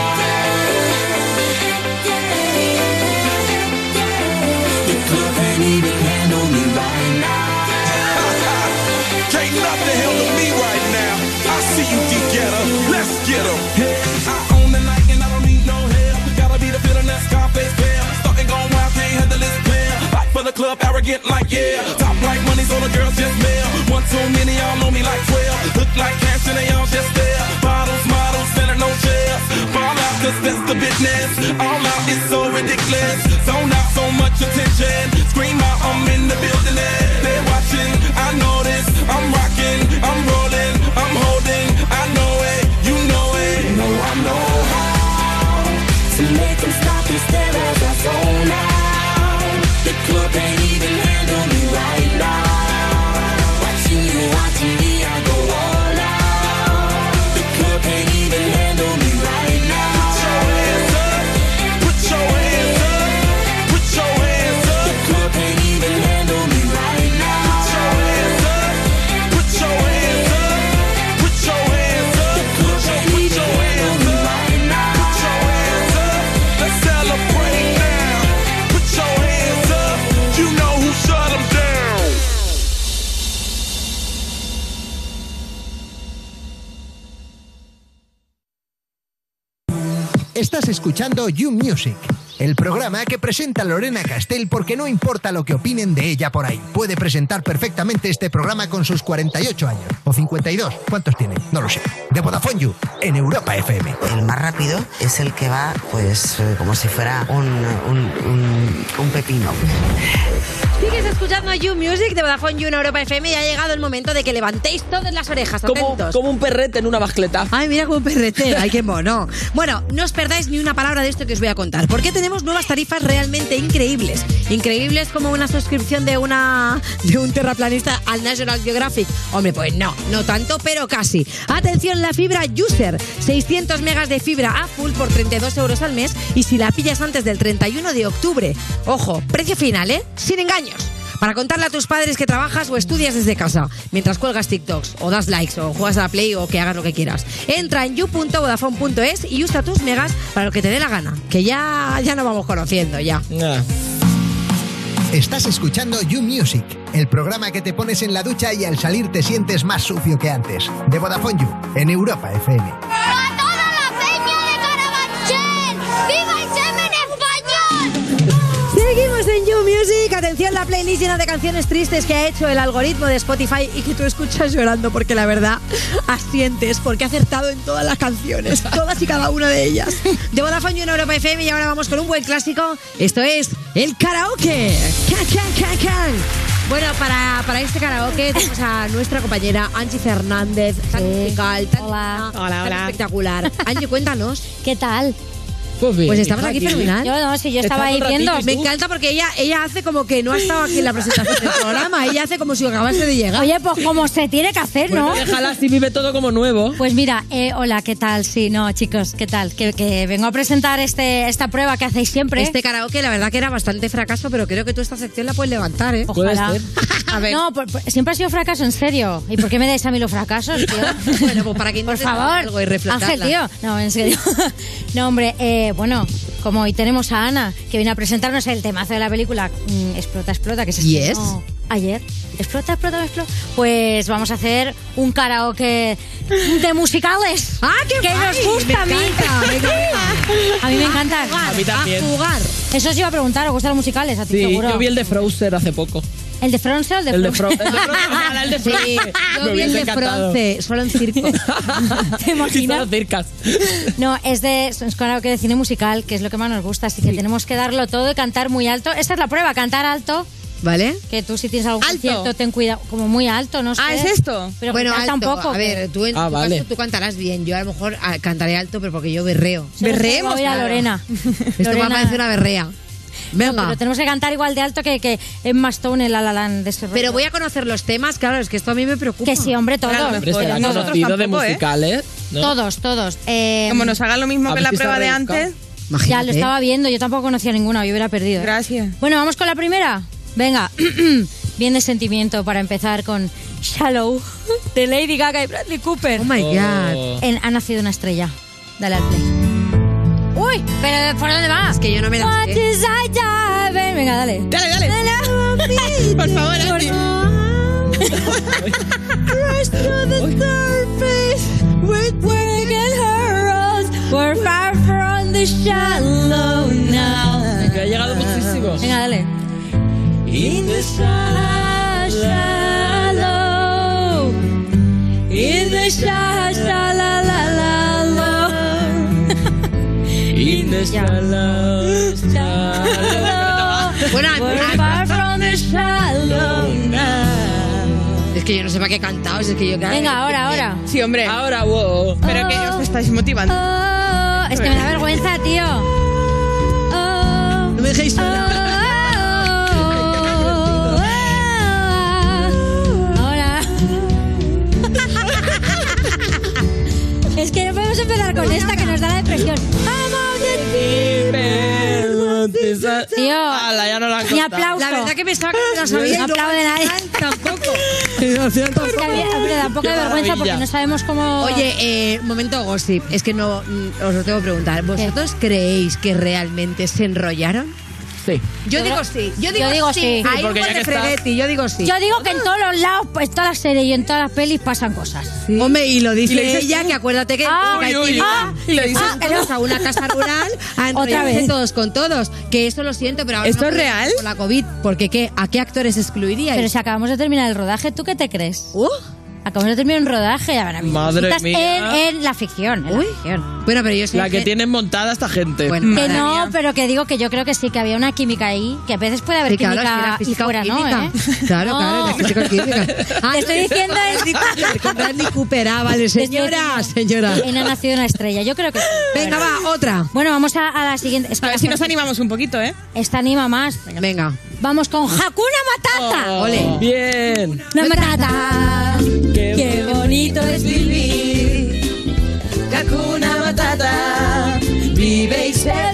The club can't even handle me right now. Can't nothing handle me right now. I see you, D-Getter. Let's get 'em. Hey, I own the night and I don't need no help. Gotta be the feeling that Scarface feel. Starting going wild, can't handle this player. Fight for the club, arrogant like yeah. Top like money, so the girls just mail. One too many, y'all know me like twelve. Look like cash and they all just there. Bottles, models, selling no shares. Fall out, cause that's the business. All out is so ridiculous. Zone out, so much attention. Scream out, I'm in the building. They're watching, I know this. I'm rocking, I'm rolling, I'm holding. I know it, you know it. You know I know how to make them stop and stare as I zone out. The club can't even handle me right now. Watching you, watching me, I go all out. The club can't even handle me right now. Put your hands up, put your hands up. The club can't even handle me right now. Put your hands up, put your hands up, put your hands up. The club can't even handle me right now. Put your hands up, let's celebrate now. Put your hands up, you know who shut 'em down. Estás escuchando You Music, el programa que presenta Lorena Castell porque no importa lo que opinen de ella por ahí. Puede presentar perfectamente este programa con sus cuarenta y ocho años. O cincuenta y dos. ¿Cuántos tiene? No lo sé. De Vodafone You, en Europa F M. El más rápido es el que va, pues, eh, como si fuera un, un, un, un pepino. Sigues escuchando You Music de Vodafone You en Europa F M y ha llegado el momento de que levantéis todas las orejas. Como, Atentos. como un perrete en una bascleta. Ay, mira como un perrete. Ay, qué mono. Bueno, no os perdáis ni una palabra de esto que os voy a contar, porque tenemos nuevas tarifas realmente increíbles. Increíbles como una suscripción de una de un terraplanista al National Geographic. Hombre, pues no, no tanto, pero casi. Atención, la fibra User. seiscientos megas de fibra a full por treinta y dos euros al mes y si la pillas antes del treinta y uno de octubre. Ojo, precio final, ¿eh? Sin engaños. Para contarle a tus padres que trabajas o estudias desde casa, mientras cuelgas TikToks, o das likes, o juegas a la Play, o que hagas lo que quieras. Entra en you punto vodafone punto es y usa tus megas para lo que te dé la gana, que ya, ya nos vamos conociendo, ya. Nah. Estás escuchando You Music, el programa que te pones en la ducha y al salir te sientes más sucio que antes. De Vodafone You, en Europa F M. ¡A toda la peña de Carabanchel! ¡Viva el semen español! Seguimos en You Music. Atención, la playlist llena de canciones tristes que ha hecho el algoritmo de Spotify y que tú escuchas llorando porque la verdad asientes porque ha acertado en todas las canciones, todas y cada una de ellas. De Vodafone You en Europa F M y ahora vamos con un buen clásico. Esto es el karaoke. Can, can, can, can. Bueno, para, para este karaoke tenemos a nuestra compañera Angie Fernández, tan musical, tan, Hola. tan Hola, hola. espectacular. Angie, cuéntanos. ¿Qué tal? Pues, bien, Pues estamos hija, aquí fenomenal. Yo no, si yo estaba Estás ahí un viendo. ratito, Me encanta porque ella, ella hace como que no ha estado aquí en la presentación del programa. Ella hace como si acabase de llegar. Oye, pues como se tiene que hacer, ¿no? Bueno, déjala así, vive todo como nuevo. Pues mira, eh, hola, ¿qué tal? Sí, no, chicos, ¿qué tal? Que, que vengo a presentar este esta prueba que hacéis siempre. Este karaoke, la verdad que era bastante fracaso, pero creo que tú esta sección la puedes levantar, ¿eh? Ojalá. Puede A ver. No, por- por- siempre ha sido fracaso, en serio. ¿Y por qué me dais a mí los fracasos, tío? Bueno, pues para que Por intentes favor. algo y reflotarla. Ángel, tío. No, en serio. No, hombre, eh, bueno, como hoy tenemos a Ana, que viene a presentarnos el temazo de la película mm, Explota, Explota, que se Yes. estrenó ayer. Explota, Explota, Explota. Pues vamos a hacer un karaoke de musicales. ¡Ah, qué Que guay! nos gusta a mí. Me encanta, me encanta. A mí me encantan. A mí también. A jugar. Eso os iba a preguntar, ¿os gustan los musicales? A ti Sí, seguro. yo vi el de Frozen hace poco. ¿El de Fronce o el de El de Frozen? Frozen. El de Frozen. Ojalá el de Sí, Frozen. yo Me vi el hubiese de encantado. Fronce, solo en circo. ¿Te Y imaginas? solo circas. No, es de es karaoke de cine musical, que es lo que más nos gusta, así que tenemos que darlo todo y cantar muy alto. Esta es la prueba, cantar alto. ¿Vale? Que tú si tienes algún ¿Alto? concierto, ten cuidado, como muy alto, no sé. Ah, ¿es esto? Pero Bueno, canta alto. un poco. A ver, tú en Ah, tu vale. caso tú cantarás bien. Yo a lo mejor ah, cantaré alto, pero porque yo berreo. Berremos. Voy a claro. Lorena. Esto me parece una berrea. Venga. No, pero tenemos que cantar igual de alto que, que Emma Stone en La La Land de ese rollo. Pero voy a conocer los temas, claro, es que esto a mí me preocupa. Que sí, hombre, todos. Claro, Hombre, estará Nosotros conocido de tampoco, ¿eh? musicales, ¿no? Todos, todos. Eh, Como nos hagan lo mismo A que ver la si se prueba de rebusca. antes. Imagínate. Ya lo estaba viendo, yo tampoco conocía ninguna, yo hubiera perdido. ¿eh? Gracias. Bueno, vamos con la primera. Venga, bien de sentimiento para empezar con Shallow de Lady Gaga y Bradley Cooper. Oh my God. En Ha nacido una estrella. Dale al play. Uy, pero ¿por dónde vas? Es que yo no me la What sé. is I diving? Venga, dale. Dale, dale. Por favor, Andy. Rush to the surface, we're taking her roads, we're far from the shallow now. Que ha llegado muchísimo. Venga, dale. In the shallow, in the shallow, In the shallow, shallow. Bueno, we're far from the shallow now. es que yo no sé para qué cantaos, es que yo... Venga, ahora, ahora. Sí, hombre. Ahora, wow. Pero que os estáis motivando. Oh, es que me da vergüenza, tío. Oh, No me dejéis sola. Ahora. Es que no podemos empezar con esta que nos da la depresión. Tío, Ala, ya no la han ni contado. aplauso. La verdad que me saca de la sabía. No aplaude nadie. Tampoco. Es que había, hombre, da un poco Qué de vergüenza maravilla. porque no sabemos cómo... Oye, eh, momento gossip. Es que no mm, os lo tengo que preguntar. ¿Vosotros creéis que realmente se enrollaron? Sí. Yo Yo digo creo- sí. Yo yo digo, digo sí. sí. Ahí Porque igual ya de que está- Fregetti, yo digo sí. Yo digo que en todos los lados, pues, en todas las series y en todas las pelis pasan cosas. Hombre, y lo dice Y le dices ella, tú. que acuérdate que, Ah, que hay uy, uy, típica ah, y le ah, dices pero- todos a una casa rural a Otra enrollarse vez. todos con todos. Que eso lo siento, pero ahora ¿Esto no es podemos real? por la COVID. Porque ¿qué? ¿A qué actores excluiríais? Pero si acabamos de terminar el rodaje, ¿tú qué te crees? Uh, Acabamos de terminar un rodaje. Ahora mismo. Madre Estás mía. En, en la ficción. en la Uy. ficción. bueno, pero yo soy La que gen- tienen montada esta gente. Bueno, Que madre no, mía. pero que digo que yo creo que sí, que había una química ahí, que a veces puede haber Sí, claro, química si era y física o fuera, química. ¿no? ¿eh? Claro, No. claro, era física o química. Ah, Te estoy diciendo en... con Bradley Cooper, ah, vale, Te estoy señora, diciendo, señora. En Ha nacido una estrella, yo creo que sí. Venga, va, otra. Bueno, vamos a, a la siguiente. Es que A ver la si nos gente- animamos un poquito, ¿eh? Esta anima más. Venga. Venga. Vamos con Hakuna Matata. Oh, Ole. Bien. La Matata. Qué Qué bonito es vivir. Hakuna Matata. Vive y Ser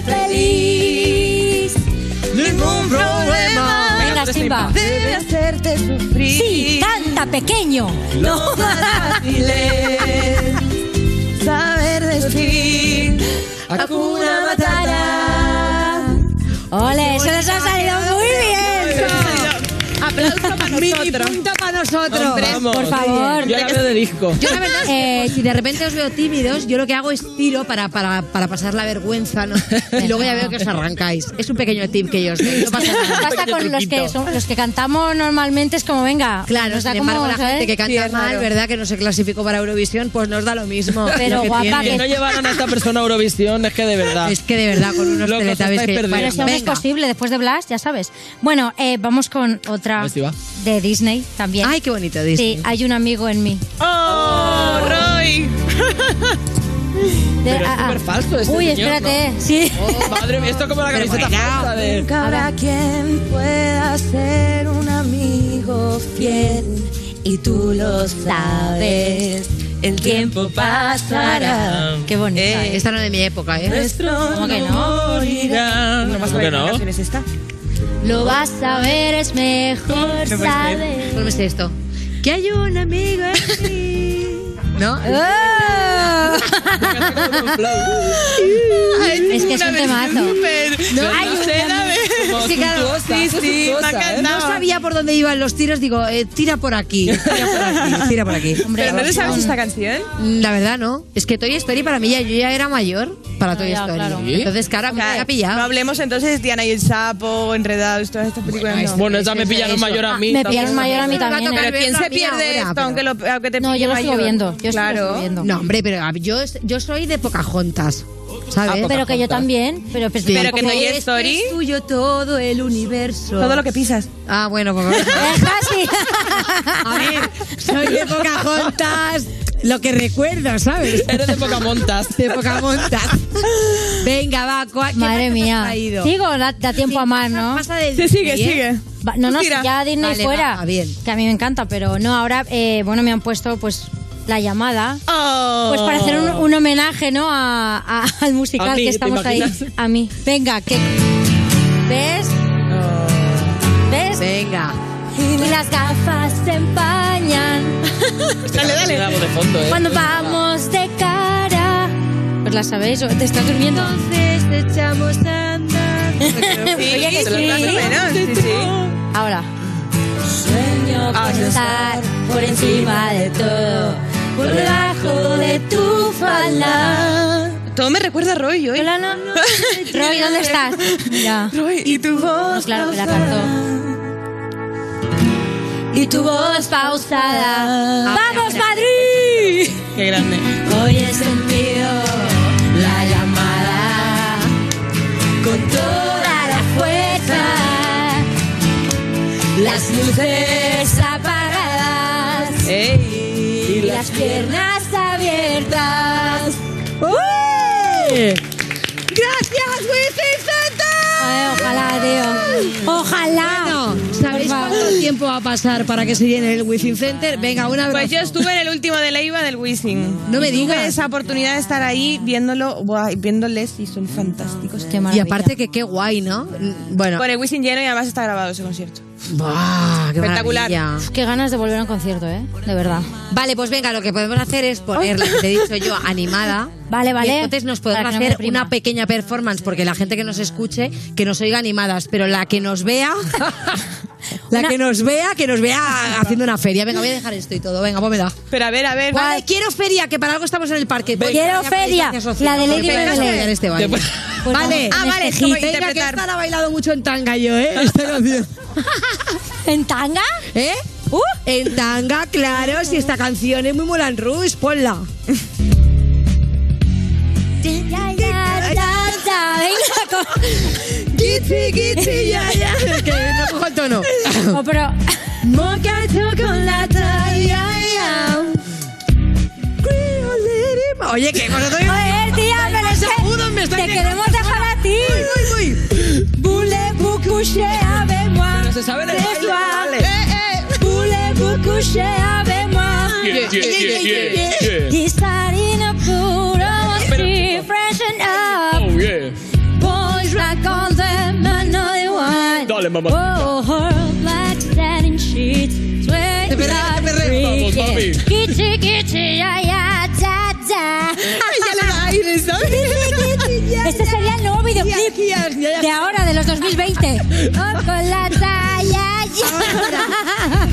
feliz. Ningún problema. Venga, Simba. Debe hacerte sufrir. Sí, canta pequeño. Lo más fácil es Saber decir. Hakuna Matata. Ole, eso nos ha salido muy bien. Aplauso para Mini nosotros. punto para nosotros. Hombre, Vamos. por favor. Yo la veo de disco. Yo la verdad es que, si de repente os veo tímidos, yo lo que hago es tiro para, para, para pasar la vergüenza, ¿no? Y luego ya veo que os arrancáis. Es un pequeño tip que yo os doy, no pasa nada. Pasa con los que, son- los que cantamos normalmente, es como, venga. Claro, nos da sin embargo, como, la ¿sabes? gente que Sí, canta es mal, raro. ¿verdad? Que no se clasificó para Eurovisión, pues nos da lo mismo. Pero lo que guapa, tiene. que- Que no llevaron a esta persona a Eurovisión, es que de verdad. Es que de verdad, con unos Locos, teletubbies estáis que... perdidos. Pero si aún es Venga. posible, después de Blast, ya sabes. Bueno, eh, vamos con otra A ver si va. de Disney también. Ay, qué bonito, Disney. Sí, hay un amigo en mí. ¡Oh, Roy! De- Pero es ah, ah. súper falso este Uy, señor, espérate. ¿no? Sí. Oh, madre mía, esto es como la Pero camiseta bueno. falsa de... Habrá quien pueda ser un amigo fiel y tú lo sabes. El tiempo pasará. Qué bonita. Eh, eh. esta no es de mi época, ¿eh? Nuestro ¿Cómo que no? Morirá. No vas a ¿Cómo ver que qué no? canción es esta. Lo vas a ver, es mejor puedes saber. ¿Cómo es esto? Que hay un amigo en mí. ¿No? ¡Oh! Es que es un temazo. No, Hay un Como Sí, claro. suntuosa, Sí, sí, suntuosa, me ha ¿eh? encantado. No sabía por dónde iban los tiros, digo, eh, tira por aquí, tira por aquí, tira por aquí. Hombre, ¿Pero no te sabes son- esta canción? Mm, La verdad no, es que Toy Story para mí ya, yo ya era mayor para Toy ya, Story. claro. ¿Sí? Entonces, claro, me había pillado. No hablemos entonces de Diana y el sapo, Enredados, todas estas películas. no. Bueno, esa me Eso, pillaron eso. mayor a mí. Me tampoco. pillaron mayor a mí Me va a también. tocar ¿eh? Pero ¿quién verlo se a mí pierde ahora, esto pero- aunque, lo, aunque te No, pille yo lo sigo mayor? viendo. Yo claro. lo sigo viendo. No, hombre, pero a- yo, yo soy de Pocahontas, ¿sabes? Ah, Pero que yo Pocahontas. también. Pero, pues, Pero que como- Toy Este Story. es tuyo todo el universo. Todo lo que pisas. Ah, bueno, pues Es casi. a ver, soy de Pocahontas, lo que recuerdo, ¿sabes? Eres de Pocahontas. De Pocahontas. Venga, va, ¿cuál- qué Madre más has mía. traído? Sigo, da, da tiempo a más, ¿no? Pasa de Sí, sigue, Disney, ¿eh? sigue. Va- no, no, si Tira. ya Disney Vale, fuera. va, bien. Que a mí me encanta, pero no, ahora, eh, bueno, me han puesto, pues, La Llamada, oh. pues para hacer un, un homenaje, ¿no? A, a, al musical a mí, que estamos ahí. A mí. Venga, que ¿ves? Oh. ¿Ves? Venga. Y las gafas se empañan. Dale, dale. De fondo, ¿eh? Cuando vamos de cara. Pues la sabéis, ¿te estás durmiendo? Entonces te echamos a andar. Oye, que sí. Menos, sí, sí. Ahora. Sueño Ah, con sí. estar por encima de todo, por debajo de tu falda. Todo me recuerda a Roy hoy. Hola, no, no. Roy, ¿dónde estás? Mira. Roy, y tu voz. No, claro que la cantó. Y tu voz pausada. ¡Vamos, Madrid! Qué grande. Hoy es envío la llamada con toda la fuerza. Las luces apagadas. Ey. Y las piernas abiertas. ¡Uy! ¡Gracias, Wifi Center! Ay, ojalá, tío. Ojalá. Bueno, ¿sabéis Por favor. cuánto tiempo va a pasar para que se llene el Wifi Center? Venga, una Pues vez. yo estuve en el último de Leiva del Wisin. No me Tuve digas. esa oportunidad de estar ahí viéndolo, buah, y viéndoles y son fantásticos. Qué Y maravilla. aparte que qué guay, ¿no? Bueno. Con el Wisin lleno y además está grabado ese concierto. ¡Buah, qué Espectacular. maravilla! Qué ganas de volver a un concierto, ¿eh? De verdad. Vale, pues venga, lo que podemos hacer es poner la que te he dicho yo, animada. Vale, vale. Y entonces nos podemos Para que no me hacer deprima. una pequeña performance, porque la gente que nos escuche, que nos oiga animadas, pero la que nos vea, la Una- que nos vea, que nos vea haciendo una feria. Venga, voy a dejar esto y todo. Venga, pómela. Pero a ver, a ver. Vale, quiero feria, que para algo estamos en el parque. Quiero Feria, feria, distancia social. la de Lady Porque vengas a Bebele. bailar este baile. Pues Vale. vamos, Ah, en vale, este es como hit. Venga, que interpretar. esta la he bailado mucho en tanga yo, ¿eh? Esta canción. ¿En tanga? ¿Eh? Uh. En tanga, claro, si esta canción es muy Moulin Rouge, ponla. Ya, ya, ya, ya. Venga, con- Gitsi, gitsi, ya, ya. Es que no cojo el tono. Oh, pero... Mocha chocolate, ya, ya. Oye, que vosotros... Oye, tía, pero es que Agudos me estáis te dejando queremos dejar a ti. Muy, muy. Voulez-vous coucher avec moi? Pero se sabe el Ce baile, soir. vale. Eh, eh. Voulez-vous coucher avec moi? Yeah, yeah, yeah, yeah, yeah. He's starting a pool, almost free, freshen up. Oh, yeah. Boys like all them, another one. Dale, mamá. Oh, her black satin sheets. Sweat Te perreo, te perreo. Vamos, mami. Kitty, kitty, ya, ya, ta, ta. Ya le da aire, ¿sabes? Este sería el nuevo videoclip Ya, ya, ya. de ahora, de los dos mil veinte. Oh, con la talla, ya.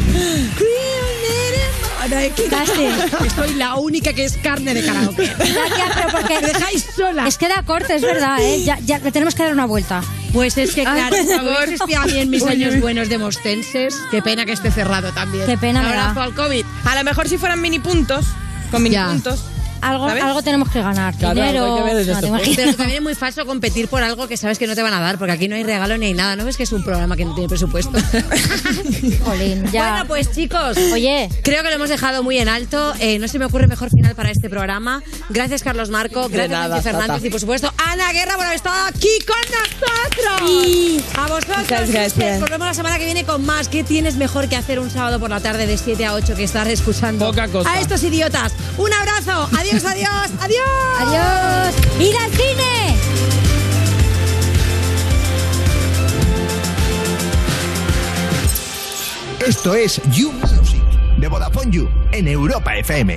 Ahora es que Casi. que soy la única que es carne de karaoke. Ya, ya, pero porque Me dejáis sola. es que da corte, es verdad, ¿eh? Ya, ya le tenemos que dar una vuelta. Pues es que, claro, Ay, por si favor. hubiese espiado a mí en mis Uy, años uy. buenos de mostenses, qué pena que esté cerrado también. Qué pena me Un abrazo da. al COVID. A lo mejor si fueran mini puntos, con mini Ya. puntos. Algo, ¿Sabes? algo tenemos que ganar. Claro, Dinero. hay que ver desde no, este ¿te punto. imaginas? Pero también es muy falso competir por algo que sabes que no te van a dar, porque aquí no hay regalo ni hay nada. ¿No ves que es un programa que no tiene presupuesto? Jolín, ya. Bueno, pues chicos, Oye, creo que lo hemos dejado muy en alto. Eh, no se me ocurre mejor final para este programa. Gracias, Carlos Marco. De Gracias, nada, Nancy Fernández. Tata. Y por supuesto, Ana Guerra por haber estado aquí con nosotros. Sí. A vosotros, Muchas gracias. Sisters, volvemos la semana que viene con más. ¿Qué tienes mejor que hacer un sábado por la tarde de siete a ocho que estar escuchando Poca cosa. a estos idiotas? Un abrazo. Adiós, adiós, adiós. adiós. ¡Ir al cine! Esto es You Music de Vodafone You en Europa F M.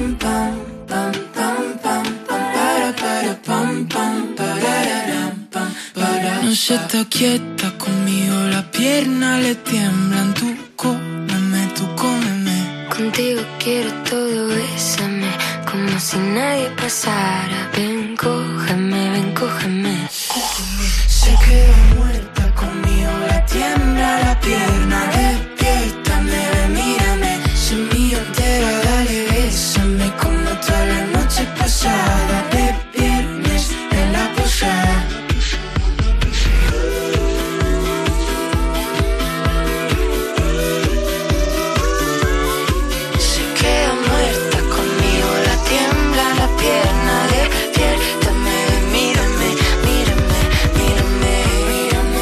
No se está quieta conmigo, la pierna le tiemblan. Tú cómeme, tú cómeme. Contigo quiero todo, bésame como si nadie pasara. Ven, cógeme, ven, cógeme. Se queda muerta conmigo, la tiembla la pierna. Despiértame, ven, mírame. Se mío entera, dale, bésame como toda la noche pasada. De viernes en la posada. Se queda muerta conmigo, la tiembla la pierna. Despiértame, ven, mírame, mírame, mírame, mírame.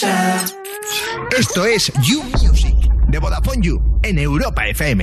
Esto es You Music de Vodafone You en Europa F M.